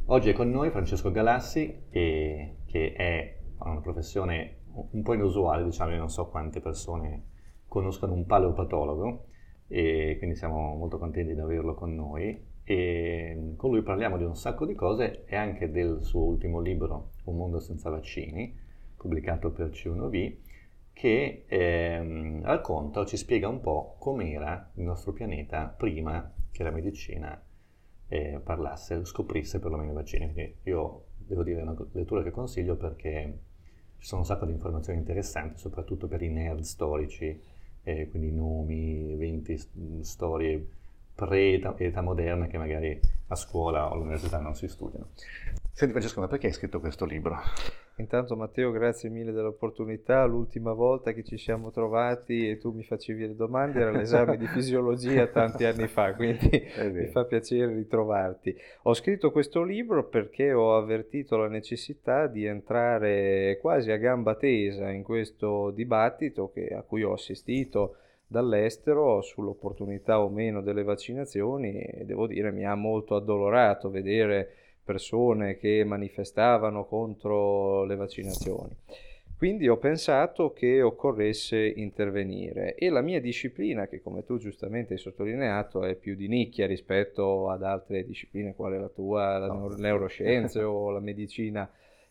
Oggi è con noi Francesco Galassi, ha una professione un po' inusuale, diciamo, io non so quante persone conoscono un paleopatologo, e quindi siamo molto contenti di averlo con noi. E con lui parliamo di un sacco di cose e anche del suo ultimo libro, Un mondo senza vaccini, pubblicato per C1V, che racconta o ci spiega un po' com'era il nostro pianeta prima che la medicina parlasse, scoprisse perlomeno i vaccini. Quindi io devo dire è una lettura che consiglio perché ci sono un sacco di informazioni interessanti, soprattutto per i nerd storici, quindi nomi, eventi, storie pre-età moderna che magari a scuola o all'università non si studiano. Senti Francesco, ma perché hai scritto questo libro? Intanto Matteo, grazie mille dell'opportunità. L'ultima volta che ci siamo trovati e tu mi facevi le domande era l'esame di fisiologia tanti anni fa, quindi mi fa piacere ritrovarti. Ho scritto questo libro perché ho avvertito la necessità di entrare quasi a gamba tesa in questo dibattito a cui ho assistito dall'estero sull'opportunità o meno delle vaccinazioni e devo dire mi ha molto addolorato vedere persone che manifestavano contro le vaccinazioni. Quindi ho pensato che occorresse intervenire e la mia disciplina, che come tu giustamente hai sottolineato è più di nicchia rispetto ad altre discipline quale la tua, la neuroscienze o la medicina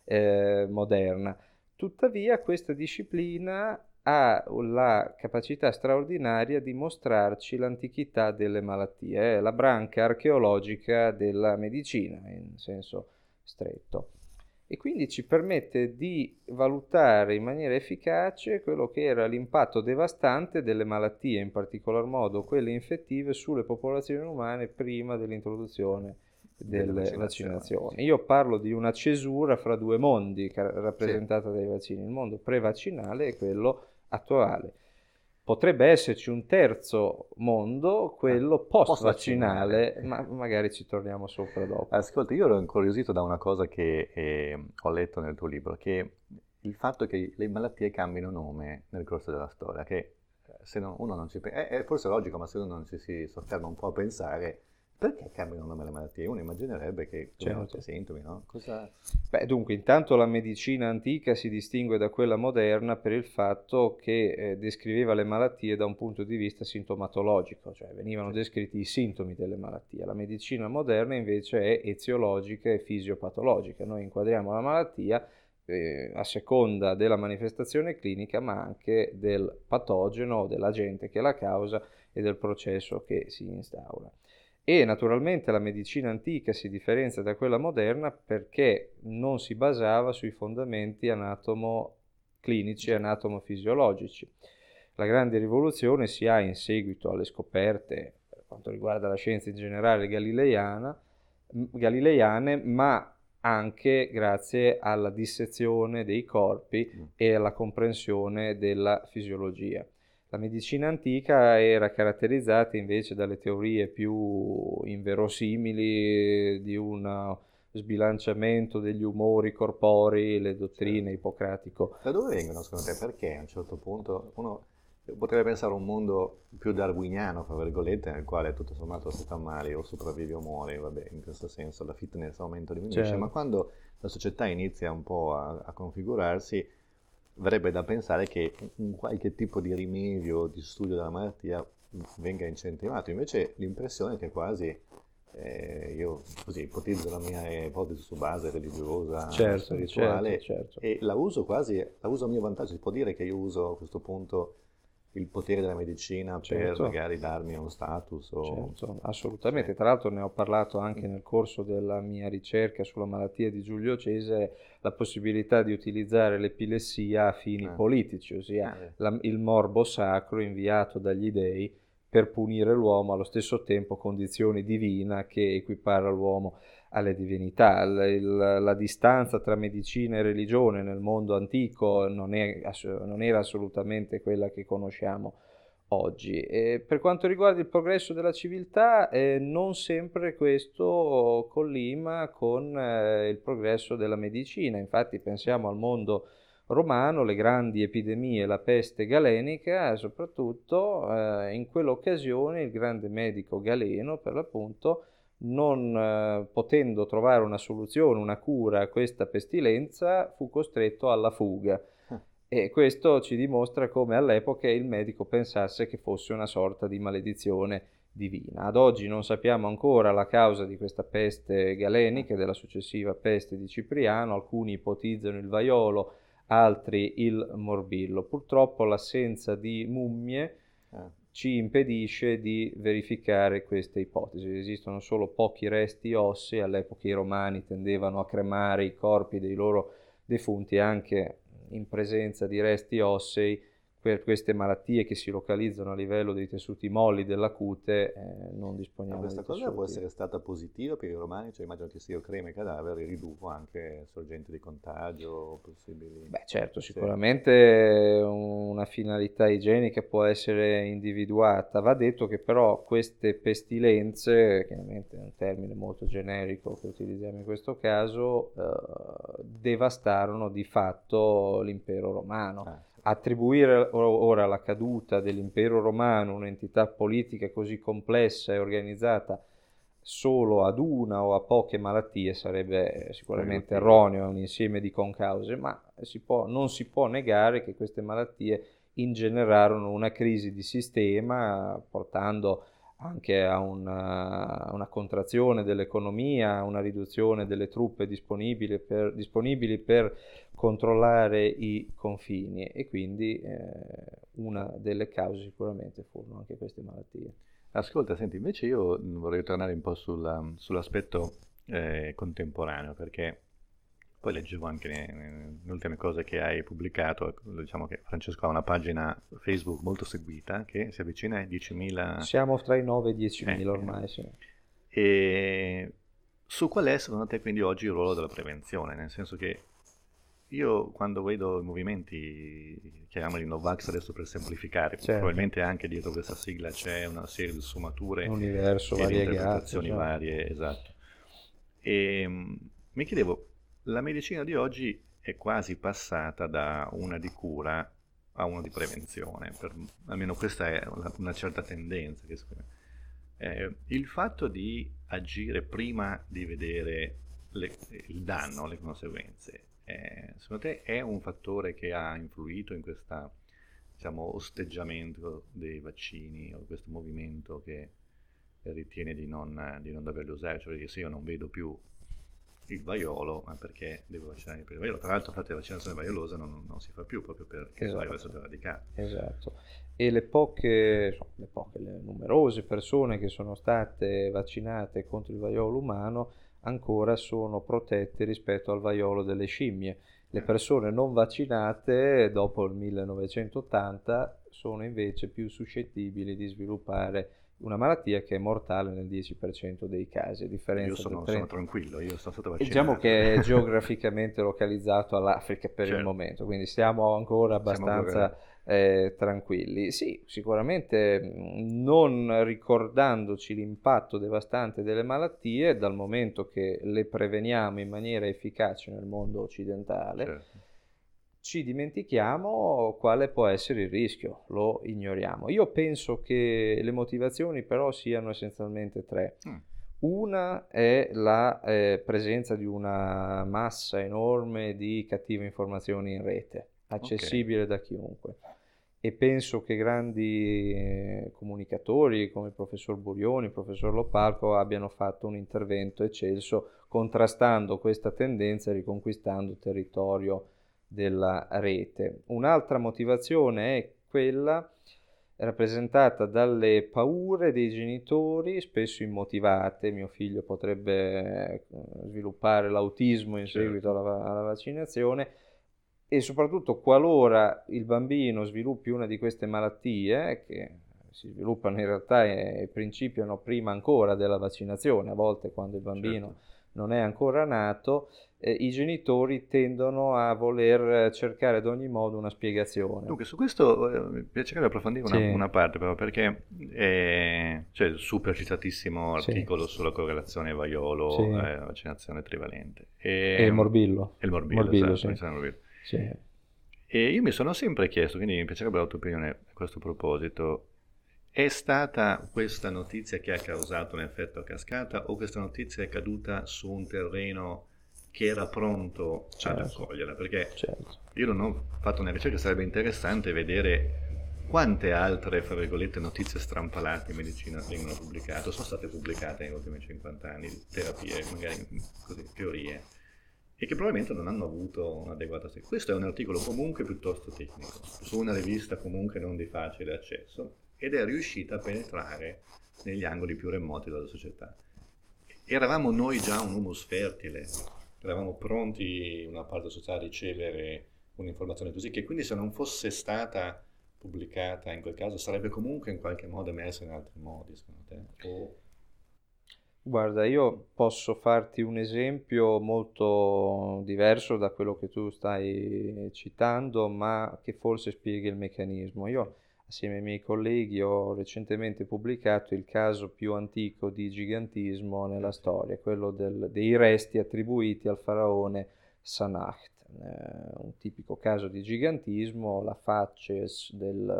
moderna. Tuttavia questa disciplina ha la capacità straordinaria di mostrarci l'antichità delle malattie, è la branca archeologica della medicina in senso stretto e quindi ci permette di valutare in maniera efficace quello che era l'impatto devastante delle malattie, in particolar modo quelle infettive, sulle popolazioni umane prima dell'introduzione delle vaccinazioni. Io parlo di una cesura fra due mondi rappresentata dai vaccini, il mondo pre-vaccinale e quello attuale. Potrebbe esserci un terzo mondo, quello post-vaccinale, ma magari ci torniamo sopra dopo. Ascolta, io ero incuriosito da una cosa che ho letto nel tuo libro, che il fatto che le malattie cambino nome nel corso della storia, che se uno non ci pensa, è forse logico, ma se uno non ci si sofferma un po' a pensare, perché cambiano nome le malattie? Uno immaginerebbe che abbiano sintomi, no? Beh, dunque, intanto la medicina antica si distingue da quella moderna per il fatto che descriveva le malattie da un punto di vista sintomatologico, cioè venivano descritti i sintomi delle malattie. La medicina moderna invece è eziologica e fisiopatologica. Noi inquadriamo la malattia a seconda della manifestazione clinica, ma anche del patogeno, dell'agente che la causa e del processo che si instaura. E naturalmente la medicina antica si differenzia da quella moderna perché non si basava sui fondamenti anatomo-clinici e anatomo-fisiologici. La grande rivoluzione si ha in seguito alle scoperte, per quanto riguarda la scienza in generale, galileiane, ma anche grazie alla dissezione dei corpi e alla comprensione della fisiologia. La medicina antica era caratterizzata invece dalle teorie più inverosimili di un sbilanciamento degli umori corporei, le dottrine ippocratico. Da dove vengono secondo te? Perché a un certo punto uno potrebbe pensare a un mondo più darwiniano, fra virgolette, nel quale tutto sommato si sta male o sopravvivi o muori, vabbè, in questo senso la fitness aumenta o diminuisce, ma quando la società inizia un po' a configurarsi, verrebbe da pensare che un qualche tipo di rimedio, di studio della malattia venga incentivato. Invece l'impressione è che quasi, io così ipotizzo la mia ipotesi su base religiosa, spirituale, e la uso a mio vantaggio. Si può dire che io uso a questo punto il potere della medicina per magari darmi uno status? Assolutamente. Tra l'altro ne ho parlato anche nel corso della mia ricerca sulla malattia di Giulio Cesare, la possibilità di utilizzare l'epilessia a fini politici, ossia il morbo sacro inviato dagli dei per punire l'uomo, allo stesso tempo condizione divina che equipara l'uomo alle divinità. La distanza tra medicina e religione nel mondo antico non era assolutamente quella che conosciamo oggi. Per quanto riguarda il progresso della civiltà, non sempre questo collima con il progresso della medicina. Infatti pensiamo al mondo romano, le grandi epidemie, la peste galenica, soprattutto in quell'occasione il grande medico Galeno, per l'appunto, non potendo trovare una soluzione, una cura a questa pestilenza, fu costretto alla fuga. E questo ci dimostra come all'epoca il medico pensasse che fosse una sorta di maledizione divina. Ad oggi non sappiamo ancora la causa di questa peste galenica e della successiva peste di Cipriano, alcuni ipotizzano il vaiolo, altri il morbillo. Purtroppo l'assenza di mummie ci impedisce di verificare queste ipotesi. Esistono solo pochi resti ossei, all'epoca i romani tendevano a cremare i corpi dei loro defunti anche in presenza di resti ossei. Per queste malattie che si localizzano a livello dei tessuti molli della cute non disponiamo di tessuti. Questa cosa può essere stata positiva per i romani, cioè immagino che se io cremo i cadaveri riduco anche sorgenti di contagio possibili. Beh certo, sicuramente una finalità igienica può essere individuata. Va detto che però queste pestilenze, chiaramente è un termine molto generico che utilizziamo in questo caso, devastarono di fatto l'impero romano. Attribuire ora la caduta dell'impero romano, un'entità politica così complessa e organizzata, solo ad una o a poche malattie sarebbe sicuramente erroneo, è un insieme di concause, ma non si può negare che queste malattie ingenerarono una crisi di sistema, portando anche a una contrazione dell'economia, a una riduzione delle truppe disponibili per controllare i confini, e quindi una delle cause sicuramente furono anche queste malattie. Ascolta, senti, invece io vorrei tornare un po' sull'aspetto contemporaneo, perché poi leggevo anche nelle ultime cose che hai pubblicato, diciamo che Francesco ha una pagina Facebook molto seguita che si avvicina ai 10.000... Siamo tra i 9 e i 10.000 ormai, sì. E su qual è secondo te quindi oggi il ruolo della prevenzione? Nel senso che io quando vedo i movimenti, chiamiamoli Novax adesso per semplificare, probabilmente anche dietro questa sigla c'è una serie di sfumature universo e di interpretazioni varie, esatto. E mi chiedevo, la medicina di oggi è quasi passata da una di cura a una di prevenzione, almeno questa è una certa tendenza che il fatto di agire prima di vedere il danno, le conseguenze, secondo te è un fattore che ha influito in questo, diciamo, osteggiamento dei vaccini, o questo movimento che ritiene di non doverli usare, cioè che se io non vedo più il vaiolo, ma perché devo vaccinare per il vaiolo? Tra l'altro, infatti, la vaccinazione vaiolosa non si fa più proprio perché il vaiolo è stato eradicato. Esatto. E le numerose persone che sono state vaccinate contro il vaiolo umano ancora sono protette rispetto al vaiolo delle scimmie. Le persone non vaccinate dopo il 1980 sono invece più suscettibili di sviluppare una malattia che è mortale nel 10% dei casi. Io sono tranquillo, io sono stato vaccinato. Diciamo che è geograficamente localizzato all'Africa per il momento, quindi stiamo ancora abbastanza tranquilli. Sì, sicuramente non ricordandoci l'impatto devastante delle malattie, dal momento che le preveniamo in maniera efficace nel mondo occidentale, ci dimentichiamo quale può essere il rischio, lo ignoriamo. Io penso che le motivazioni però siano essenzialmente tre. Una è la presenza di una massa enorme di cattive informazioni in rete, accessibile da chiunque. E penso che grandi comunicatori come il professor Burioni, il professor Lopalco abbiano fatto un intervento eccelso contrastando questa tendenza e riconquistando territorio della rete. Un'altra motivazione è quella rappresentata dalle paure dei genitori, spesso immotivate. Mio figlio potrebbe sviluppare l'autismo in seguito alla vaccinazione, e soprattutto qualora il bambino sviluppi una di queste malattie, che si sviluppano in realtà e principiano prima ancora della vaccinazione, a volte quando il bambino non è ancora nato, i genitori tendono a voler cercare ad ogni modo una spiegazione. Dunque, su questo mi piacerebbe approfondire una parte, però, perché c'è il super citatissimo articolo sulla correlazione vaiolo-vaccinazione trivalente. E il morbillo. E il morbillo, esatto. E io mi sono sempre chiesto, quindi mi piacerebbe la tua opinione a questo proposito, È stata questa notizia che ha causato un effetto a cascata o questa notizia è caduta su un terreno che era pronto ad accoglierla? Perché io non ho fatto una ricerca, sarebbe interessante vedere quante altre, fra virgolette, notizie strampalate in medicina vengono pubblicate, sono state pubblicate negli ultimi 50 anni, terapie, magari così, teorie, e che probabilmente non hanno avuto un'adeguata seguito. Questo è un articolo comunque piuttosto tecnico, su una rivista comunque non di facile accesso, ed è riuscita a penetrare negli angoli più remoti della società. Eravamo noi già un humus fertile, eravamo pronti, una parte sociale, a ricevere un'informazione così, che quindi se non fosse stata pubblicata in quel caso sarebbe comunque in qualche modo emersa in altri modi, secondo te? Guarda, io posso farti un esempio molto diverso da quello che tu stai citando, ma che forse spiega il meccanismo. Io, assieme ai miei colleghi, ho recentemente pubblicato il caso più antico di gigantismo nella storia, quello dei resti attribuiti al faraone Sanacht. Un tipico caso di gigantismo, la facies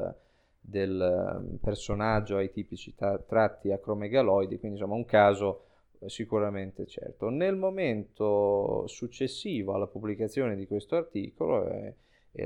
del personaggio ai tipici tratti acromegaloidi, quindi insomma un caso sicuramente certo. Nel momento successivo alla pubblicazione di questo articolo e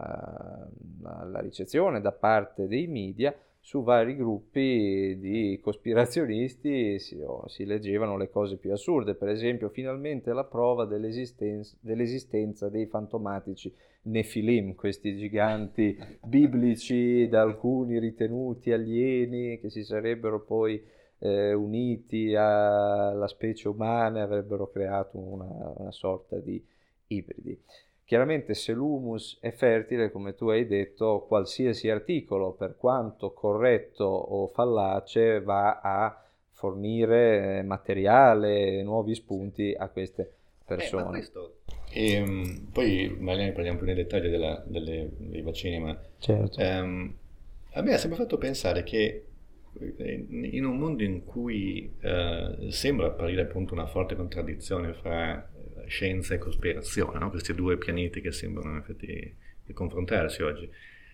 la ricezione da parte dei media, su vari gruppi di cospirazionisti si leggevano le cose più assurde, per esempio finalmente la prova dell'esistenza dei fantomatici Nefilim, questi giganti biblici da alcuni ritenuti alieni che si sarebbero poi uniti alla specie umana e avrebbero creato una sorta di ibridi. Chiaramente se l'humus è fertile, come tu hai detto, qualsiasi articolo, per quanto corretto o fallace, va a fornire materiale, nuovi spunti a queste persone. Ma questo, poi magari ne parliamo più nei dettagli dei vaccini, ma certo. a me ha sempre fatto pensare che in un mondo in cui sembra apparire appunto una forte contraddizione fra scienza e cospirazione, no? Questi due pianeti che sembrano in effetti confrontarsi oggi,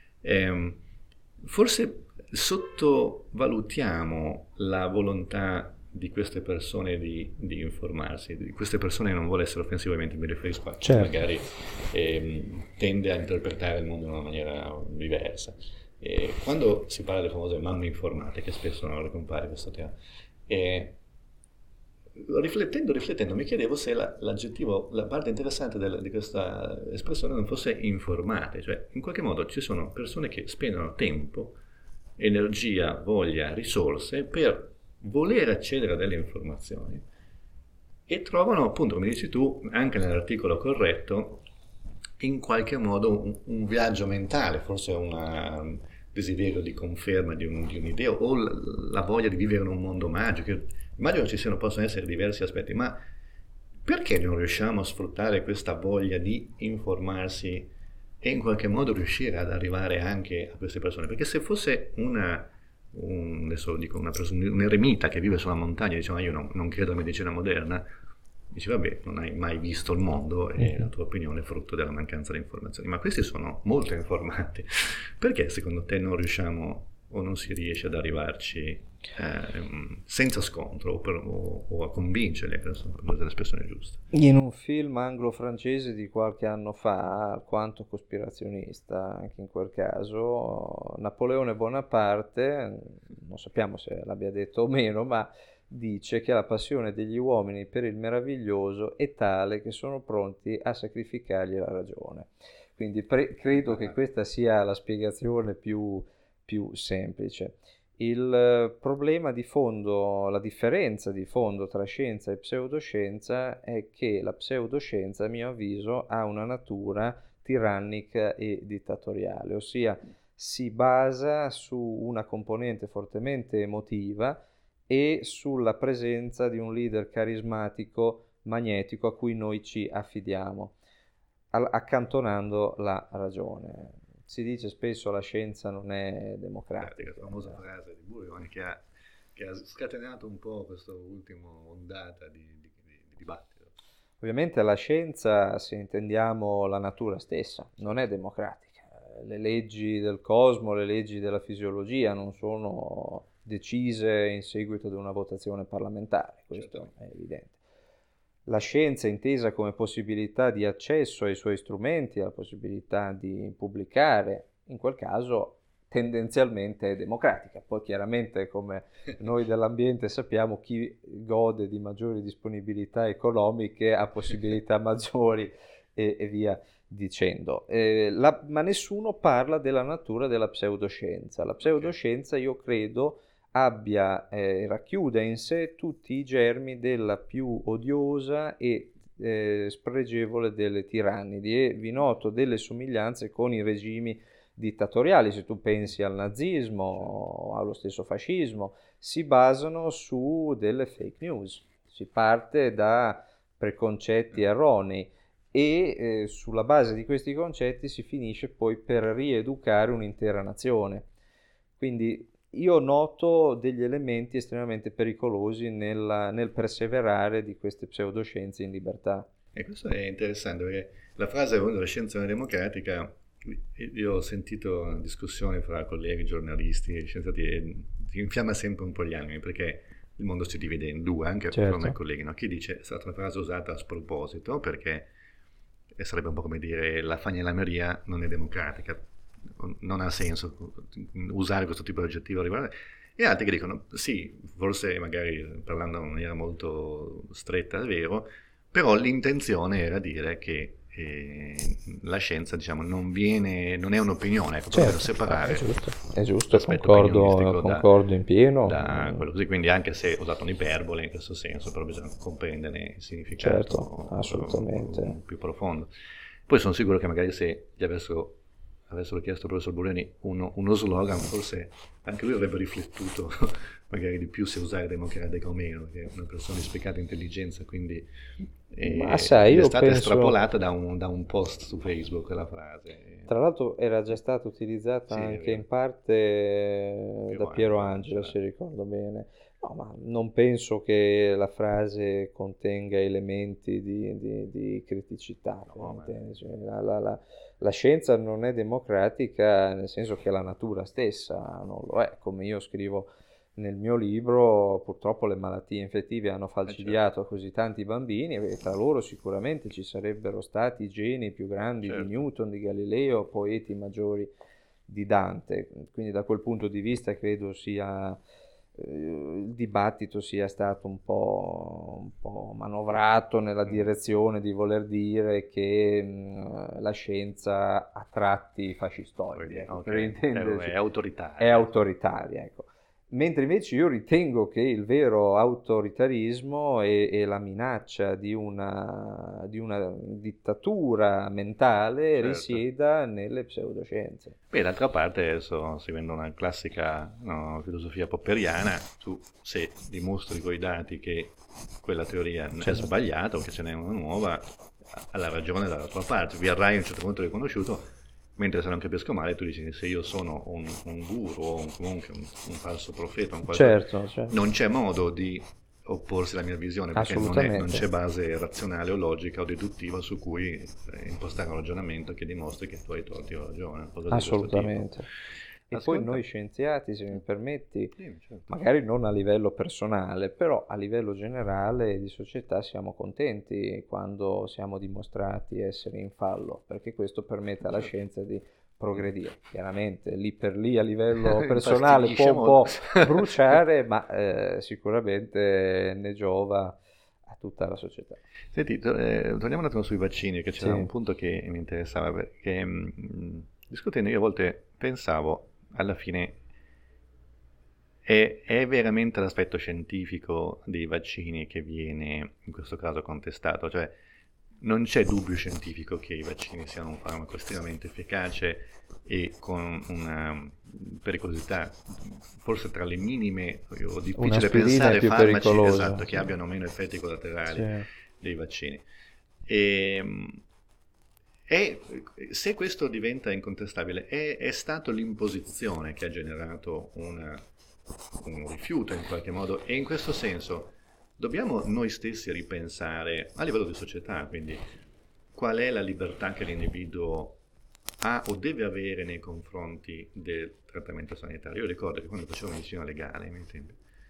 forse sottovalutiamo la volontà di queste persone di informarsi, di queste persone non vuole essere offensivamente, mi riferisco a chi magari tende a interpretare il mondo in una maniera diversa. Quando si parla delle famose mamme informate, che spesso non ricompare questo tema, riflettendo mi chiedevo se l'aggettivo, la parte interessante di questa espressione non fosse informate, cioè in qualche modo ci sono persone che spendono tempo, energia, voglia, risorse per voler accedere a delle informazioni e trovano, appunto, come dici tu, anche nell'articolo corretto, in qualche modo un viaggio mentale, forse un desiderio di conferma di un'idea o la voglia di vivere in un mondo magico. Immagino ci possono essere diversi aspetti, ma perché non riusciamo a sfruttare questa voglia di informarsi e in qualche modo riuscire ad arrivare anche a queste persone? Perché se fosse adesso dico un eremita che vive sulla montagna e dice ma io non credo alla medicina moderna, dici vabbè, non hai mai visto il mondo e la tua opinione è frutto della mancanza di informazioni, ma questi sono molto informati. Perché secondo te non riusciamo o non si riesce ad arrivarci senza scontro o a convincere le persone giuste? In un film anglo-francese di qualche anno fa, alquanto cospirazionista anche in quel caso, Napoleone Bonaparte, non sappiamo se l'abbia detto o meno, ma dice che la passione degli uomini per il meraviglioso è tale che sono pronti a sacrificargli la ragione. Quindi credo che questa sia la spiegazione più semplice. Il problema di fondo, la differenza di fondo tra scienza e pseudoscienza è che la pseudoscienza, a mio avviso, ha una natura tirannica e dittatoriale, ossia si basa su una componente fortemente emotiva e sulla presenza di un leader carismatico, magnetico, a cui noi ci affidiamo, accantonando la ragione. Si dice spesso la scienza non è democratica. La famosa frase di Burioni che ha scatenato un po' questa ultima ondata di dibattito. Ovviamente la scienza, se intendiamo la natura stessa, non è democratica. le leggi del cosmo, le leggi della fisiologia non sono decise in seguito ad una votazione parlamentare, questo è evidente. La scienza intesa come possibilità di accesso ai suoi strumenti, alla possibilità di pubblicare, in quel caso tendenzialmente è democratica. Poi chiaramente, come noi dell'ambiente sappiamo, chi gode di maggiori disponibilità economiche ha possibilità maggiori e via dicendo. Ma nessuno parla della natura della pseudoscienza. La pseudoscienza, io credo, racchiuda in sé tutti i germi della più odiosa e spregevole delle tirannidi, e vi noto delle somiglianze con i regimi dittatoriali. Se tu pensi al nazismo o allo stesso fascismo, si basano su delle fake news, si parte da preconcetti erronei e sulla base di questi concetti si finisce poi per rieducare un'intera nazione. Quindi io noto degli elementi estremamente pericolosi nel perseverare di queste pseudoscienze in libertà. E questo è interessante, perché la frase la scienza non è democratica, io ho sentito discussioni fra colleghi, giornalisti, scienziati, e si infiamma sempre un po' gli animi, perché il mondo si divide in due, anche fra me colleghi, no? Chi dice è stata una frase usata a sproposito, perché sarebbe un po' come dire la fagnellameria non è democratica, non ha senso usare questo tipo di aggettivo, e altri che dicono sì, forse magari parlando in maniera molto stretta è vero, però l'intenzione era dire che la scienza, diciamo, non è un'opinione, ecco, per separare. È giusto, concordo in pieno. Da quello così, quindi anche se ho usato un'iperbole in questo senso, però bisogna comprendere il significato assolutamente. Più profondo. Poi sono sicuro che magari se gli avessero chiesto al professor Buriani uno slogan, forse anche lui avrebbe riflettuto magari di più se usare democratica o meno, perché è una persona di spiccata intelligenza, quindi è stata estrapolata da un post su Facebook la frase. Tra l'altro era già stata utilizzata anche in parte da Piero Angela, se ricordo bene. No, ma non penso che la frase contenga elementi di criticità. La scienza non è democratica nel senso che la natura stessa non lo è. Come io scrivo nel mio libro, purtroppo le malattie infettive hanno falcidiato così tanti bambini, e tra loro sicuramente ci sarebbero stati geni più grandi di Newton, di Galileo, poeti maggiori di Dante. Quindi da quel punto di vista credo il dibattito sia stato un po' manovrato nella direzione di voler dire che la scienza ha tratti fascistoidi, è autoritaria. È autoritaria, ecco. Mentre invece io ritengo che il vero autoritarismo e la minaccia di una dittatura mentale risieda nelle pseudoscienze. Beh, d'altra parte, adesso seguendo una classica filosofia popperiana, tu se dimostri coi dati che quella teoria è sbagliata o che ce n'è una nuova, ha la ragione dalla tua parte, verrai a un certo punto riconosciuto. Mentre se non capisco male tu dici se io sono un guru o comunque un falso profeta, certo. Non c'è modo di opporsi alla mia visione, perché non c'è base razionale o logica o deduttiva su cui impostare un ragionamento che dimostri che tu hai torto e io ho ragione. Assolutamente. E poi noi scienziati, se mi permetti, magari non a livello personale, però a livello generale di società siamo contenti quando siamo dimostrati essere in fallo, perché questo permette alla scienza di progredire. Chiaramente lì per lì a livello personale può un po' bruciare, ma sicuramente ne giova a tutta la società. Senti, torniamo un attimo sui vaccini, che c'era un punto che mi interessava, perché discutendo io a volte pensavo, alla fine è veramente l'aspetto scientifico dei vaccini che viene in questo caso contestato, cioè non c'è dubbio scientifico che i vaccini siano un farmaco estremamente efficace e con una pericolosità forse tra le minime, o difficile pensare farmaci che abbiano meno effetti collaterali dei vaccini. E se questo diventa incontestabile, è stato l'imposizione che ha generato un rifiuto in qualche modo, e in questo senso dobbiamo noi stessi ripensare a livello di società, quindi qual è la libertà che l'individuo ha o deve avere nei confronti del trattamento sanitario. Io ricordo che quando facevo medicina legale ai miei tempi,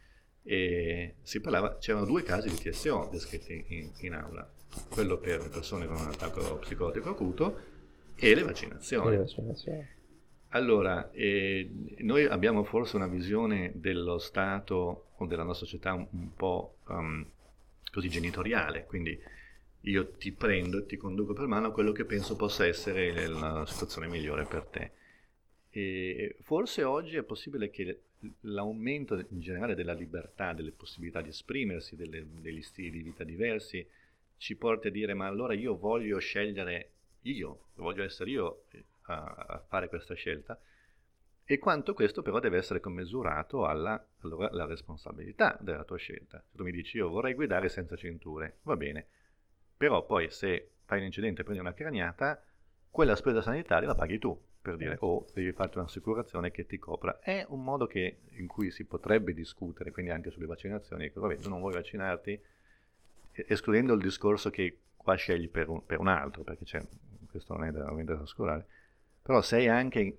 c'erano 2 casi di TSO descritti in aula, quello per le persone con un attacco psicotico acuto e le vaccinazioni. Allora, noi abbiamo forse una visione dello Stato o della nostra società un po' così genitoriale, quindi io ti prendo e ti conduco per mano a quello che penso possa essere la situazione migliore per te. E forse oggi è possibile che l'aumento in generale della libertà, delle possibilità di esprimersi, degli stili di vita diversi, ci porti a dire: ma allora io voglio scegliere voglio essere io a fare questa scelta, e quanto questo però deve essere commisurato alla responsabilità della tua scelta. Se tu mi dici: io vorrei guidare senza cinture, va bene, però poi se fai un incidente e prendi una craniata, quella spesa sanitaria la paghi tu, per dire, o devi farti un'assicurazione che ti copra. È un modo in cui si potrebbe discutere, quindi anche sulle vaccinazioni, che vabbè, tu non vuoi vaccinarti, escludendo il discorso che qua scegli per un altro, perché questo non è veramente da trascurare, però sei anche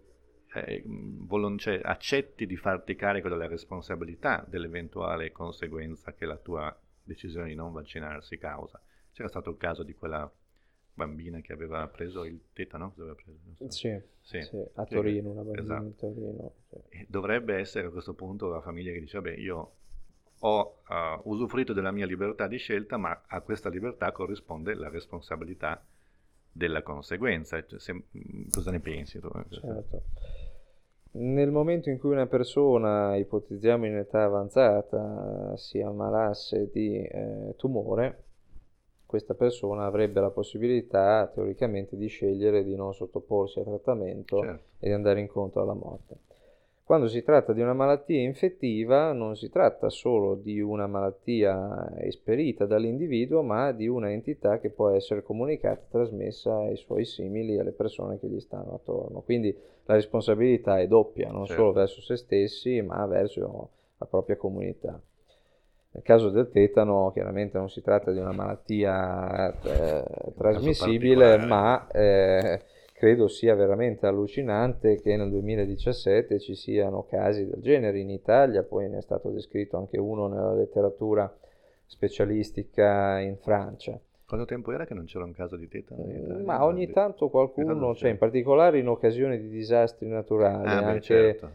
accetti di farti carico della responsabilità dell'eventuale conseguenza che la tua decisione di non vaccinarsi causa. C'era stato il caso di quella bambina che aveva preso il tetano? Sì, a Torino, una bambina, esatto. A Torino. Sì. E dovrebbe essere a questo punto la famiglia che dice: vabbè, io ho usufruito della mia libertà di scelta, ma a questa libertà corrisponde la responsabilità della conseguenza. Cosa ne pensi tu? Certo. Nel momento in cui una persona, ipotizziamo in età avanzata, si ammalasse di tumore, questa persona avrebbe la possibilità teoricamente di scegliere di non sottoporsi a trattamento, certo, e di andare incontro alla morte. Quando si tratta di una malattia infettiva non si tratta solo di una malattia esperita dall'individuo, ma di una entità che può essere comunicata e trasmessa ai suoi simili, alle persone che gli stanno attorno. Quindi la responsabilità è doppia, non solo verso se stessi, ma verso la propria comunità. Nel caso del tetano chiaramente non si tratta di una malattia trasmissibile, ma credo sia veramente allucinante che nel 2017 ci siano casi del genere in Italia. Poi ne è stato descritto anche uno nella letteratura specialistica in Francia. Quanto tempo era che non c'era un caso di tetano in Italia? Ma ogni tanto qualcuno, in particolare in occasione di disastri naturali, anche certo.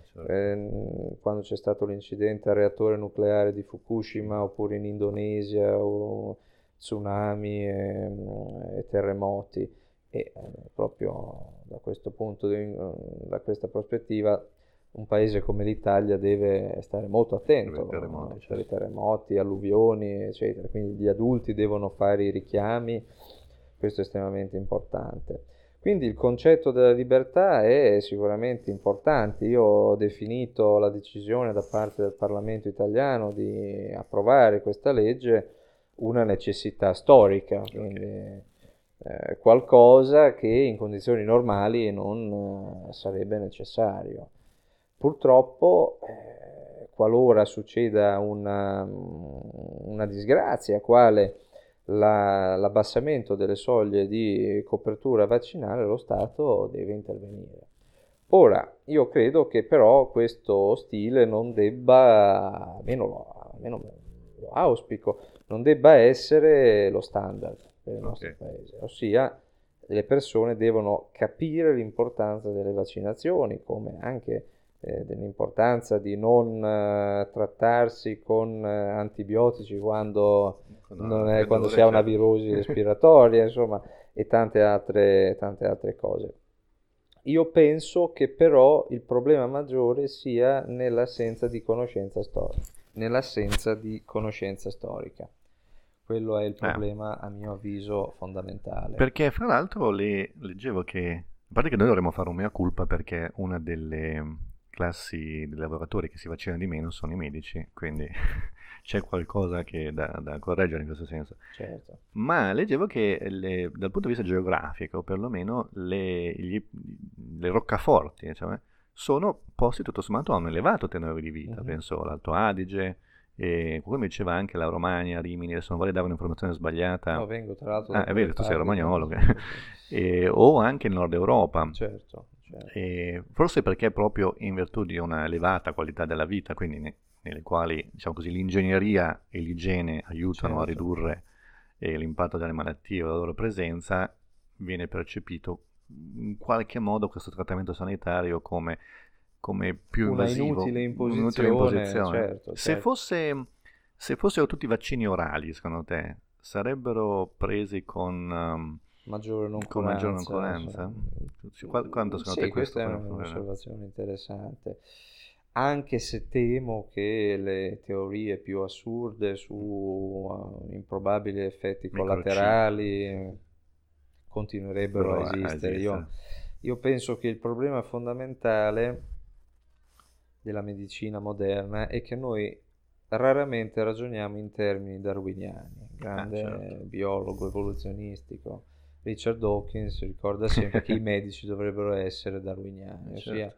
Quando c'è stato l'incidente al reattore nucleare di Fukushima, oppure in Indonesia, o tsunami e terremoti. E proprio da questo punto, da questa prospettiva, un paese come l'Italia deve stare molto attento per i terremoti, alluvioni, eccetera. Quindi gli adulti devono fare i richiami, questo è estremamente importante. Quindi il concetto della libertà è sicuramente importante. Io ho definito la decisione da parte del Parlamento italiano di approvare questa legge una necessità storica, quindi qualcosa che in condizioni normali non sarebbe necessario. Purtroppo, qualora succeda una disgrazia, quale l'abbassamento delle soglie di copertura vaccinale, lo Stato deve intervenire. Ora, io credo che però questo stile non debba, almeno lo auspico, non debba essere lo standard per il nostro paese, ossia le persone devono capire l'importanza delle vaccinazioni, come anche dell'importanza di non trattarsi con antibiotici quando si ha una virosi respiratoria, insomma, e tante altre cose. Io penso che però il problema maggiore sia nell'assenza di conoscenza storica. Quello è il problema, a mio avviso, fondamentale. Perché fra l'altro leggevo che, a parte che noi dovremmo fare un mea culpa, perché una delle classi di lavoratori che si vaccina di meno sono i medici, quindi c'è qualcosa che da correggere in questo senso. Certo. Ma leggevo che dal punto di vista geografico, perlomeno le roccaforti, sono posti tutto sommato a un elevato tenore di vita, penso all'Alto Adige, E qualcuno mi diceva anche la Romagna, Rimini, adesso non vorrei dare un'informazione sbagliata. No, vengo tra l'altro è vero, tu sei romagnolo. Sì. O anche il Nord Europa. Certo. Forse perché proprio in virtù di una elevata qualità della vita, quindi nelle quali, diciamo così, l'ingegneria e l'igiene aiutano a ridurre l'impatto delle malattie o la loro presenza, viene percepito in qualche modo questo trattamento sanitario come più invasivo. Una inutile imposizione. Certo. Se fossero tutti vaccini orali, secondo te, sarebbero presi con maggiore noncuranza? Quanto secondo te questo? Questa è un'osservazione interessante. Anche se temo che le teorie più assurde su improbabili effetti collaterali continuerebbero a esistere. Io penso che il problema fondamentale della medicina moderna è che noi raramente ragioniamo in termini darwiniani. Grande biologo evoluzionistico Richard Dawkins ricorda sempre che i medici dovrebbero essere darwiniani, ossia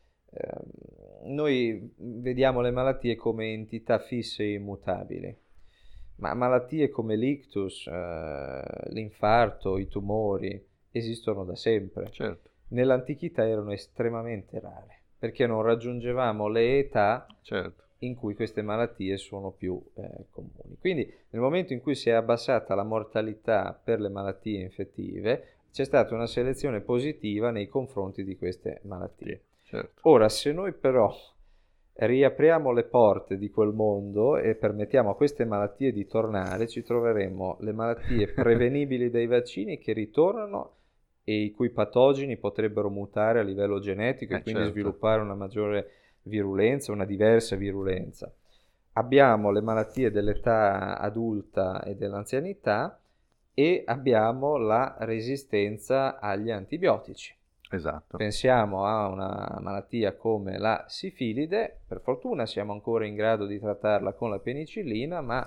noi vediamo le malattie come entità fisse e immutabili, ma malattie come l'ictus, l'infarto, i tumori esistono da sempre. Certo. Nell'antichità erano estremamente rare, perché non raggiungevamo le età in cui queste malattie sono più comuni. Quindi nel momento in cui si è abbassata la mortalità per le malattie infettive, c'è stata una selezione positiva nei confronti di queste malattie. Certo. Ora, se noi però riapriamo le porte di quel mondo e permettiamo a queste malattie di tornare, ci troveremo le malattie prevenibili dai vaccini che ritornano e i cui patogeni potrebbero mutare a livello genetico e quindi sviluppare una maggiore virulenza, una diversa virulenza. Abbiamo le malattie dell'età adulta e dell'anzianità e abbiamo la resistenza agli antibiotici. Esatto. Pensiamo a una malattia come la sifilide, per fortuna siamo ancora in grado di trattarla con la penicillina, ma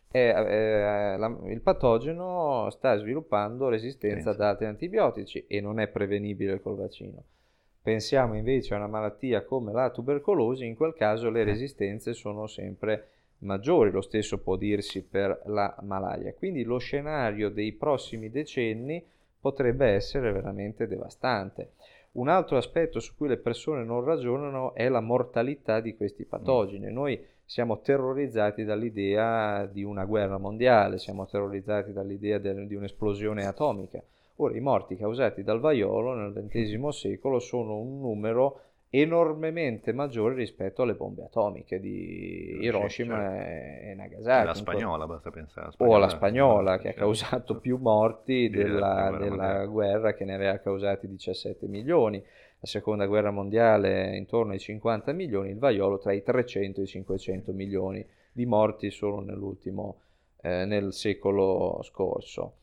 il patogeno sta sviluppando resistenza ad altri antibiotici e non è prevenibile col vaccino. Pensiamo invece a una malattia come la tubercolosi, in quel caso le resistenze sono sempre maggiori, lo stesso può dirsi per la malaria. Quindi lo scenario dei prossimi decenni potrebbe essere veramente devastante. Un altro aspetto su cui le persone non ragionano è la mortalità di questi patogeni. Noi siamo terrorizzati dall'idea di una guerra mondiale, siamo terrorizzati dall'idea di un'esplosione atomica. Ora, i morti causati dal vaiolo nel XX secolo sono un numero enormemente maggiore rispetto alle bombe atomiche di Hiroshima e Nagasaki. La spagnola, basta pensare. O alla spagnola, che ha causato più morti della guerra, che ne aveva causati 17 milioni. La seconda guerra mondiale intorno ai 50 milioni, il vaiolo tra i 300 e i 500 milioni di morti solo nel secolo scorso.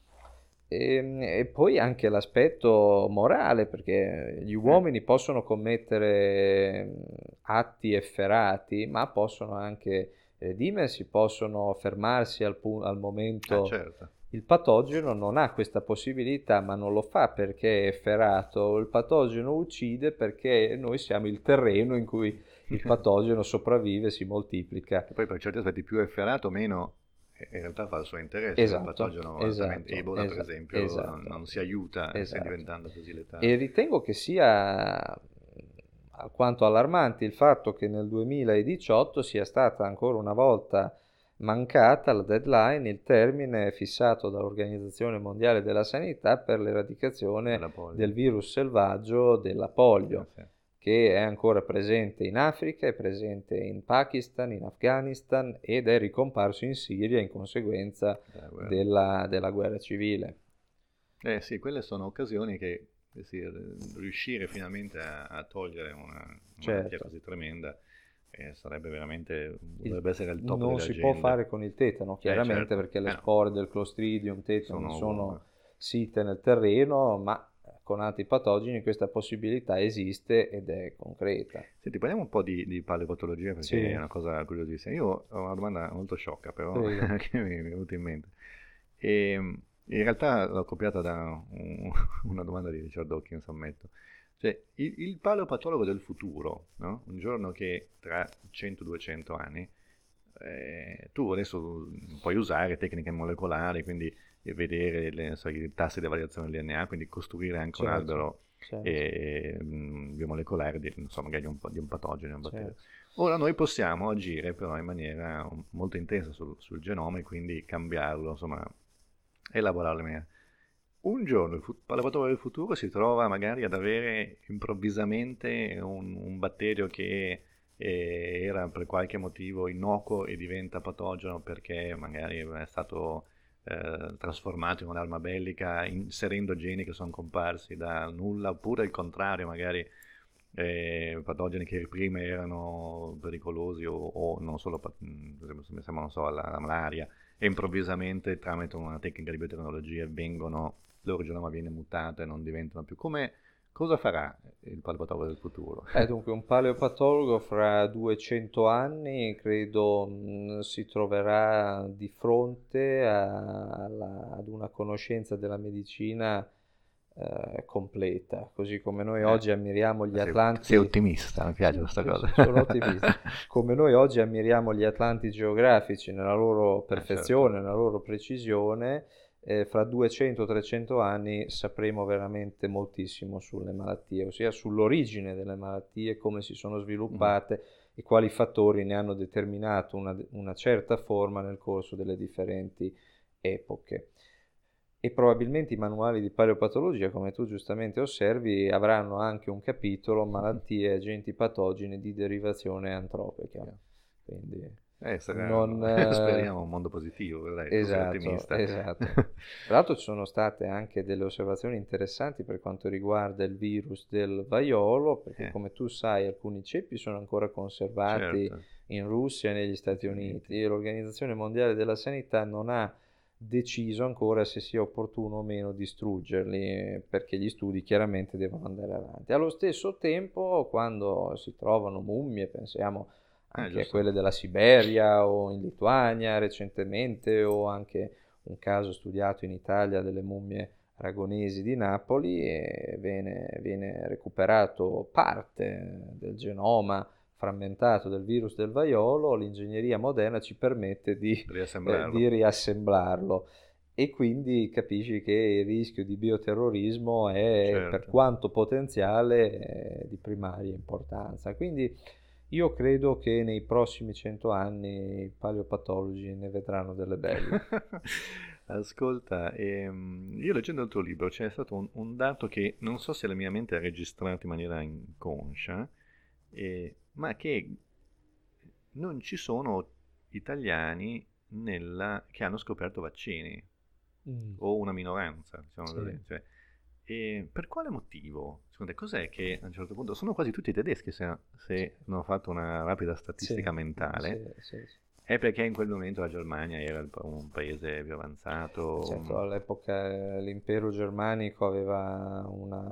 E poi anche l'aspetto morale, perché gli uomini possono commettere atti efferati, ma possono anche redimersi, possono fermarsi al momento. Il patogeno non ha questa possibilità, ma non lo fa perché è efferato. Il patogeno uccide perché noi siamo il terreno in cui il patogeno sopravvive, si moltiplica. E poi per certi aspetti più efferato, meno in realtà fa il suo interesse. Il patogeno Ebola per esempio non si aiuta, sta diventando così letale. E ritengo che sia alquanto allarmante il fatto che nel 2018 sia stata ancora una volta mancata la deadline, il termine fissato dall'Organizzazione Mondiale della Sanità per l'eradicazione del virus selvaggio della polio, che è ancora presente in Africa, è presente in Pakistan, in Afghanistan ed è ricomparso in Siria in conseguenza della guerra civile. Sì, quelle sono occasioni che riuscire finalmente a togliere una malattia così tremenda sarebbe veramente, dovrebbe essere il top non si può fare con il tetano, chiaramente, perché le spore del Clostridium tetani sono site nel terreno, ma con altri patogeni questa possibilità esiste ed è concreta. Senti, parliamo un po' di paleopatologia, perché è una cosa curiosissima. Io ho una domanda molto sciocca, però, che mi è venuta in mente. E in realtà l'ho copiata da una domanda di Richard Dawkins, ammetto. Cioè, il paleopatologo del futuro, no? Un giorno che tra 100-200 anni tu adesso puoi usare tecniche molecolari, quindi vedere i tassi di variazione del DNA, quindi costruire anche un albero biomolecolare magari di un patogeno, un batterio. Ora noi possiamo agire però in maniera molto intensa sul genoma e quindi cambiarlo, insomma, elaborarlo in maniera. Un giorno il palpatore del futuro si trova magari ad avere improvvisamente un batterio che era per qualche motivo innocuo e diventa patogeno perché magari è stato trasformato in un'arma bellica inserendo geni che sono comparsi da nulla, oppure il contrario, magari patogeni che prima erano pericolosi o non solo, per esempio, se pensiamo, non so, alla malaria, e improvvisamente tramite una tecnica di biotecnologia il loro genoma viene mutato e non diventano più. Cosa farà il paleopatologo del futuro? Dunque, un paleopatologo fra 200 anni credo si troverà di fronte ad una conoscenza della medicina completa, così come noi oggi ammiriamo gli Atlanti. Sei ottimista, mi piace questa cosa. Sono ottimista. Come noi oggi ammiriamo gli Atlanti geografici nella loro perfezione, nella loro precisione, fra 200-300 anni sapremo veramente moltissimo sulle malattie, ossia sull'origine delle malattie, come si sono sviluppate e quali fattori ne hanno determinato una certa forma nel corso delle differenti epoche. E probabilmente i manuali di paleopatologia, come tu giustamente osservi, avranno anche un capitolo malattie e agenti patogeni di derivazione antropica. Quindi speriamo un mondo positivo, dai, esatto, ottimista. Esatto. Tra l'altro ci sono state anche delle osservazioni interessanti per quanto riguarda il virus del vaiolo, perché come tu sai alcuni ceppi sono ancora conservati in Russia e negli Stati Uniti, e l'Organizzazione Mondiale della Sanità non ha deciso ancora se sia opportuno o meno distruggerli, perché gli studi chiaramente devono andare avanti. Allo stesso tempo, quando si trovano mummie, pensiamo anche a quelle della Siberia o in Lituania recentemente, o anche un caso studiato in Italia delle mummie aragonesi di Napoli, e viene recuperato parte del genoma frammentato del virus del vaiolo. L'ingegneria moderna ci permette di riassemblarlo, e quindi capisci che il rischio di bioterrorismo è, per quanto potenziale, di primaria importanza. Quindi io credo che nei prossimi 100 anni i paleopatologi ne vedranno delle belle. Ascolta, io leggendo il tuo libro c'è stato un dato che non so se la mia mente ha registrato in maniera inconscia, ma che non ci sono italiani che hanno scoperto vaccini, o una minoranza, diciamo così. Cioè, e per quale motivo? Secondo te cos'è che a un certo punto sono quasi tutti tedeschi, se non ho fatto una rapida statistica mentale? È perché in quel momento la Germania era un paese più avanzato? Certo, all'epoca l'impero germanico aveva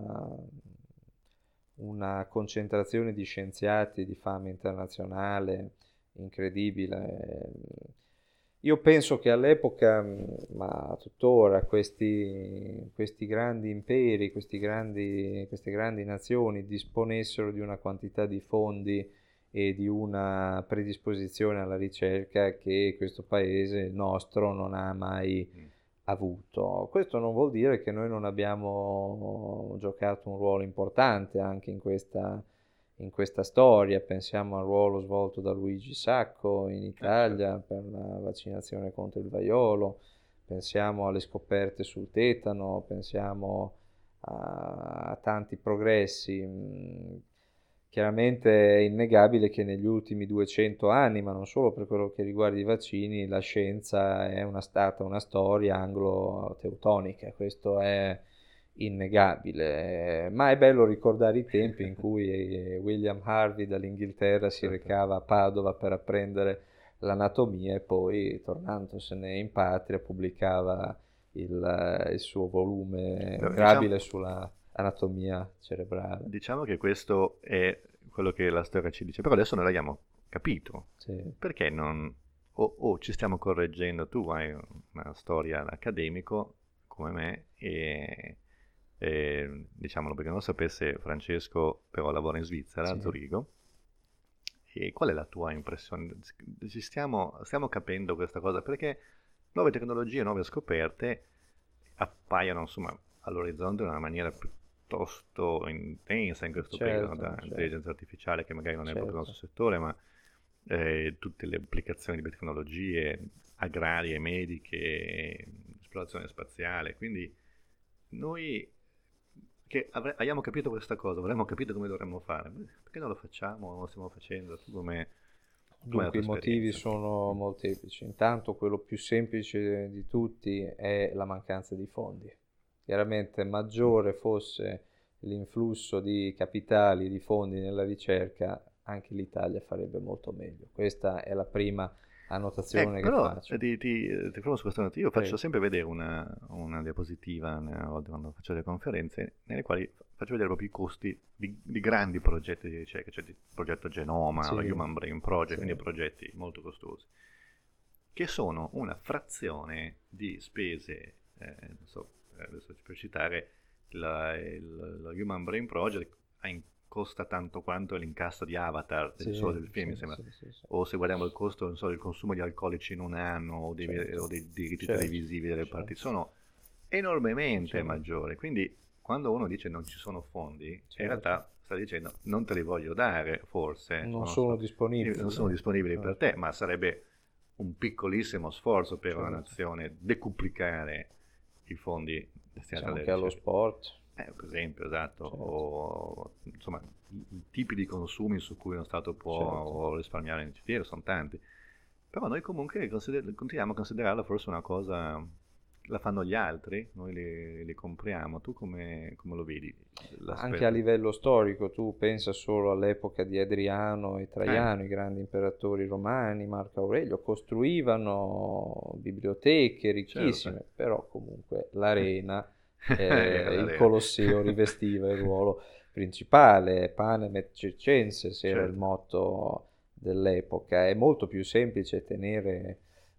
una concentrazione di scienziati di fama internazionale incredibile. Io penso che all'epoca, ma tuttora, questi grandi imperi, queste grandi nazioni disponessero di una quantità di fondi e di una predisposizione alla ricerca che questo paese, il nostro, non ha mai avuto. Questo non vuol dire che noi non abbiamo giocato un ruolo importante anche in questa storia. Pensiamo al ruolo svolto da Luigi Sacco in Italia per la vaccinazione contro il vaiolo, pensiamo alle scoperte sul tetano, pensiamo a tanti progressi. Chiaramente è innegabile che negli ultimi 200 anni, ma non solo per quello che riguarda i vaccini, la scienza è stata una storia anglo-teutonica, questo è innegabile, ma è bello ricordare i tempi in cui William Harvey dall'Inghilterra si recava a Padova per apprendere l'anatomia e poi, tornandosene in patria, pubblicava il suo volume mirabile sulla anatomia cerebrale. Diciamo che questo è quello che la storia ci dice, però adesso noi l'abbiamo capito. Perché non o ci stiamo correggendo? Tu hai una storia accademico come me e diciamolo, perché non lo sapesse Francesco, però lavora in Svizzera, a Zurigo, E qual è la tua impressione? Stiamo capendo questa cosa perché nuove tecnologie, nuove scoperte appaiono insomma all'orizzonte in una maniera piuttosto intensa in questo periodo, Certo, da certo, intelligenza artificiale che magari non è proprio il certo. nostro settore, ma tutte le applicazioni di tecnologie agrarie, mediche, esplorazione spaziale. Quindi noi che abbiamo capito questa cosa, avremmo capito come dovremmo fare, perché non lo facciamo, non lo stiamo facendo? Tu com'è la Dunque, tua i motivi esperienza? sono molteplici. Intanto, quello più semplice di tutti è la mancanza di fondi. Chiaramente, Mm. maggiore fosse l'influsso di capitali e di fondi nella ricerca, anche l'Italia farebbe molto meglio. Questa è la prima annotazione che Però faccio. ti fermo su questo attimo. Io faccio Prego. sempre vedere una diapositiva a volte quando faccio delle conferenze, nelle quali faccio vedere proprio i costi di grandi progetti di ricerca, cioè il progetto Genoma, lo Sì, Human Brain Project, sì, quindi progetti molto costosi, che sono una frazione di spese, non so, adesso per citare, lo Human Brain Project costa tanto quanto l'incasso di Avatar, solo sì, del film, sì, mi sembra. sì, sì, sì. O se guardiamo il costo, non so, del consumo di alcolici in un anno o Certo, dei diritti certo, televisivi delle parti, certo, sono enormemente certo, maggiori. Quindi quando uno dice non ci sono fondi, in certo. realtà sta dicendo non te li voglio dare, forse, o Non non sono so, non disponibili. sono disponibili per Certo, te, ma sarebbe un piccolissimo sforzo per una certo. nazione decuplicare i fondi destinati Pensiamo alle anche allo ricerche. sport. Per esempio, esatto, Certo, o insomma i tipi di consumi su cui uno Stato certo. può risparmiare in giro sono tanti. Però noi comunque continuiamo a considerarla forse una cosa, la fanno gli altri, noi li compriamo. Tu come lo vedi Ma anche a l'aspetto? livello storico, tu pensa solo all'epoca di Adriano e Eh, Traiano, i grandi imperatori romani, Marco Aurelio, costruivano biblioteche certo. ricchissime, però comunque l'arena, il L'arena, Colosseo rivestiva il ruolo principale, panem et circenses era il certo. motto dell'epoca. È molto più semplice tenere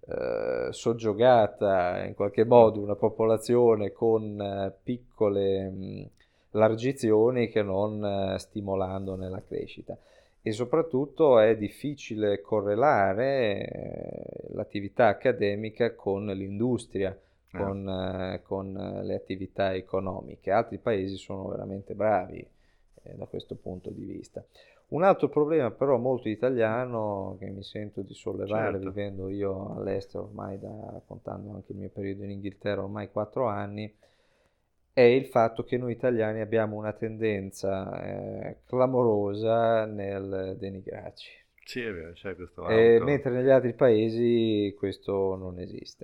soggiogata in qualche Mm, modo una popolazione con piccole largizioni che non stimolandone la crescita. E soprattutto è difficile correlare l'attività accademica con l'industria, eh, con le attività economiche. Altri paesi sono veramente bravi da questo punto di vista. Un altro problema però molto italiano che mi sento di sollevare certo. vivendo io all'estero ormai contando anche il mio periodo in Inghilterra ormai 4 anni, è il fatto che noi italiani abbiamo una tendenza clamorosa nel denigrarci. Sì, è vero, c'è questo auto. Mentre negli altri paesi questo non esiste.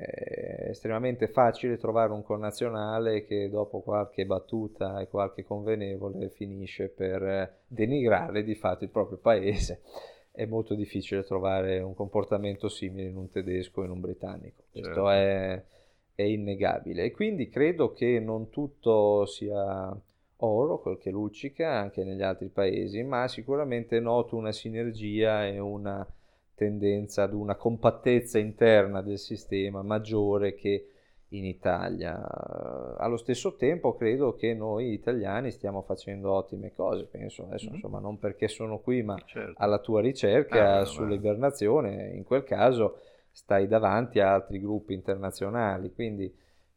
È estremamente facile trovare un connazionale che dopo qualche battuta e qualche convenevole finisce per denigrare di fatto il proprio paese. È molto difficile trovare un comportamento simile in un tedesco o in un britannico. Questo Certo. è innegabile. E quindi credo che non tutto sia oro, quel che luccica anche negli altri paesi, ma sicuramente noto una sinergia e una tendenza ad una compattezza interna del sistema maggiore che in Italia. Allo stesso tempo credo che noi italiani stiamo facendo ottime cose, penso adesso Mhm, insomma non perché sono qui, ma certo. alla tua Ah, ricerca beh, ma sull'ibernazione, in quel caso stai davanti a altri gruppi internazionali, quindi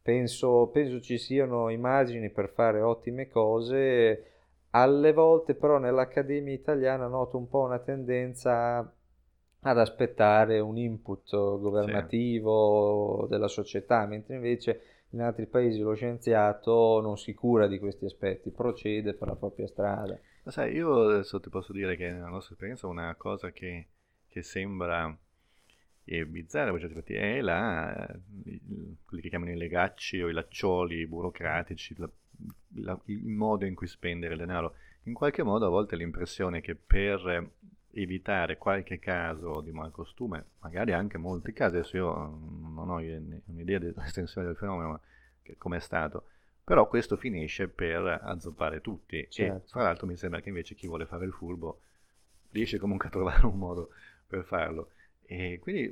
penso ci siano immagini per fare ottime cose. Alle volte però nell'Accademia italiana noto un po' una tendenza ad aspettare un input sì. governativo della società, mentre invece in altri paesi lo scienziato non si cura di questi aspetti, procede per la propria strada. Ma sai, io adesso ti posso dire che nella nostra esperienza una cosa che sembra bizzarra per certi aspetti è quelli che chiamano i legacci o i laccioli burocratici, il modo in cui spendere il denaro. In qualche modo a volte l'impressione che per evitare qualche caso di malcostume, magari anche molti casi, adesso io non ho un'idea dell'estensione del fenomeno, ma come è stato, però questo finisce per azzoppare tutti e Certo. fra l'altro mi sembra che invece chi vuole fare il furbo riesce comunque a trovare un modo per farlo. E quindi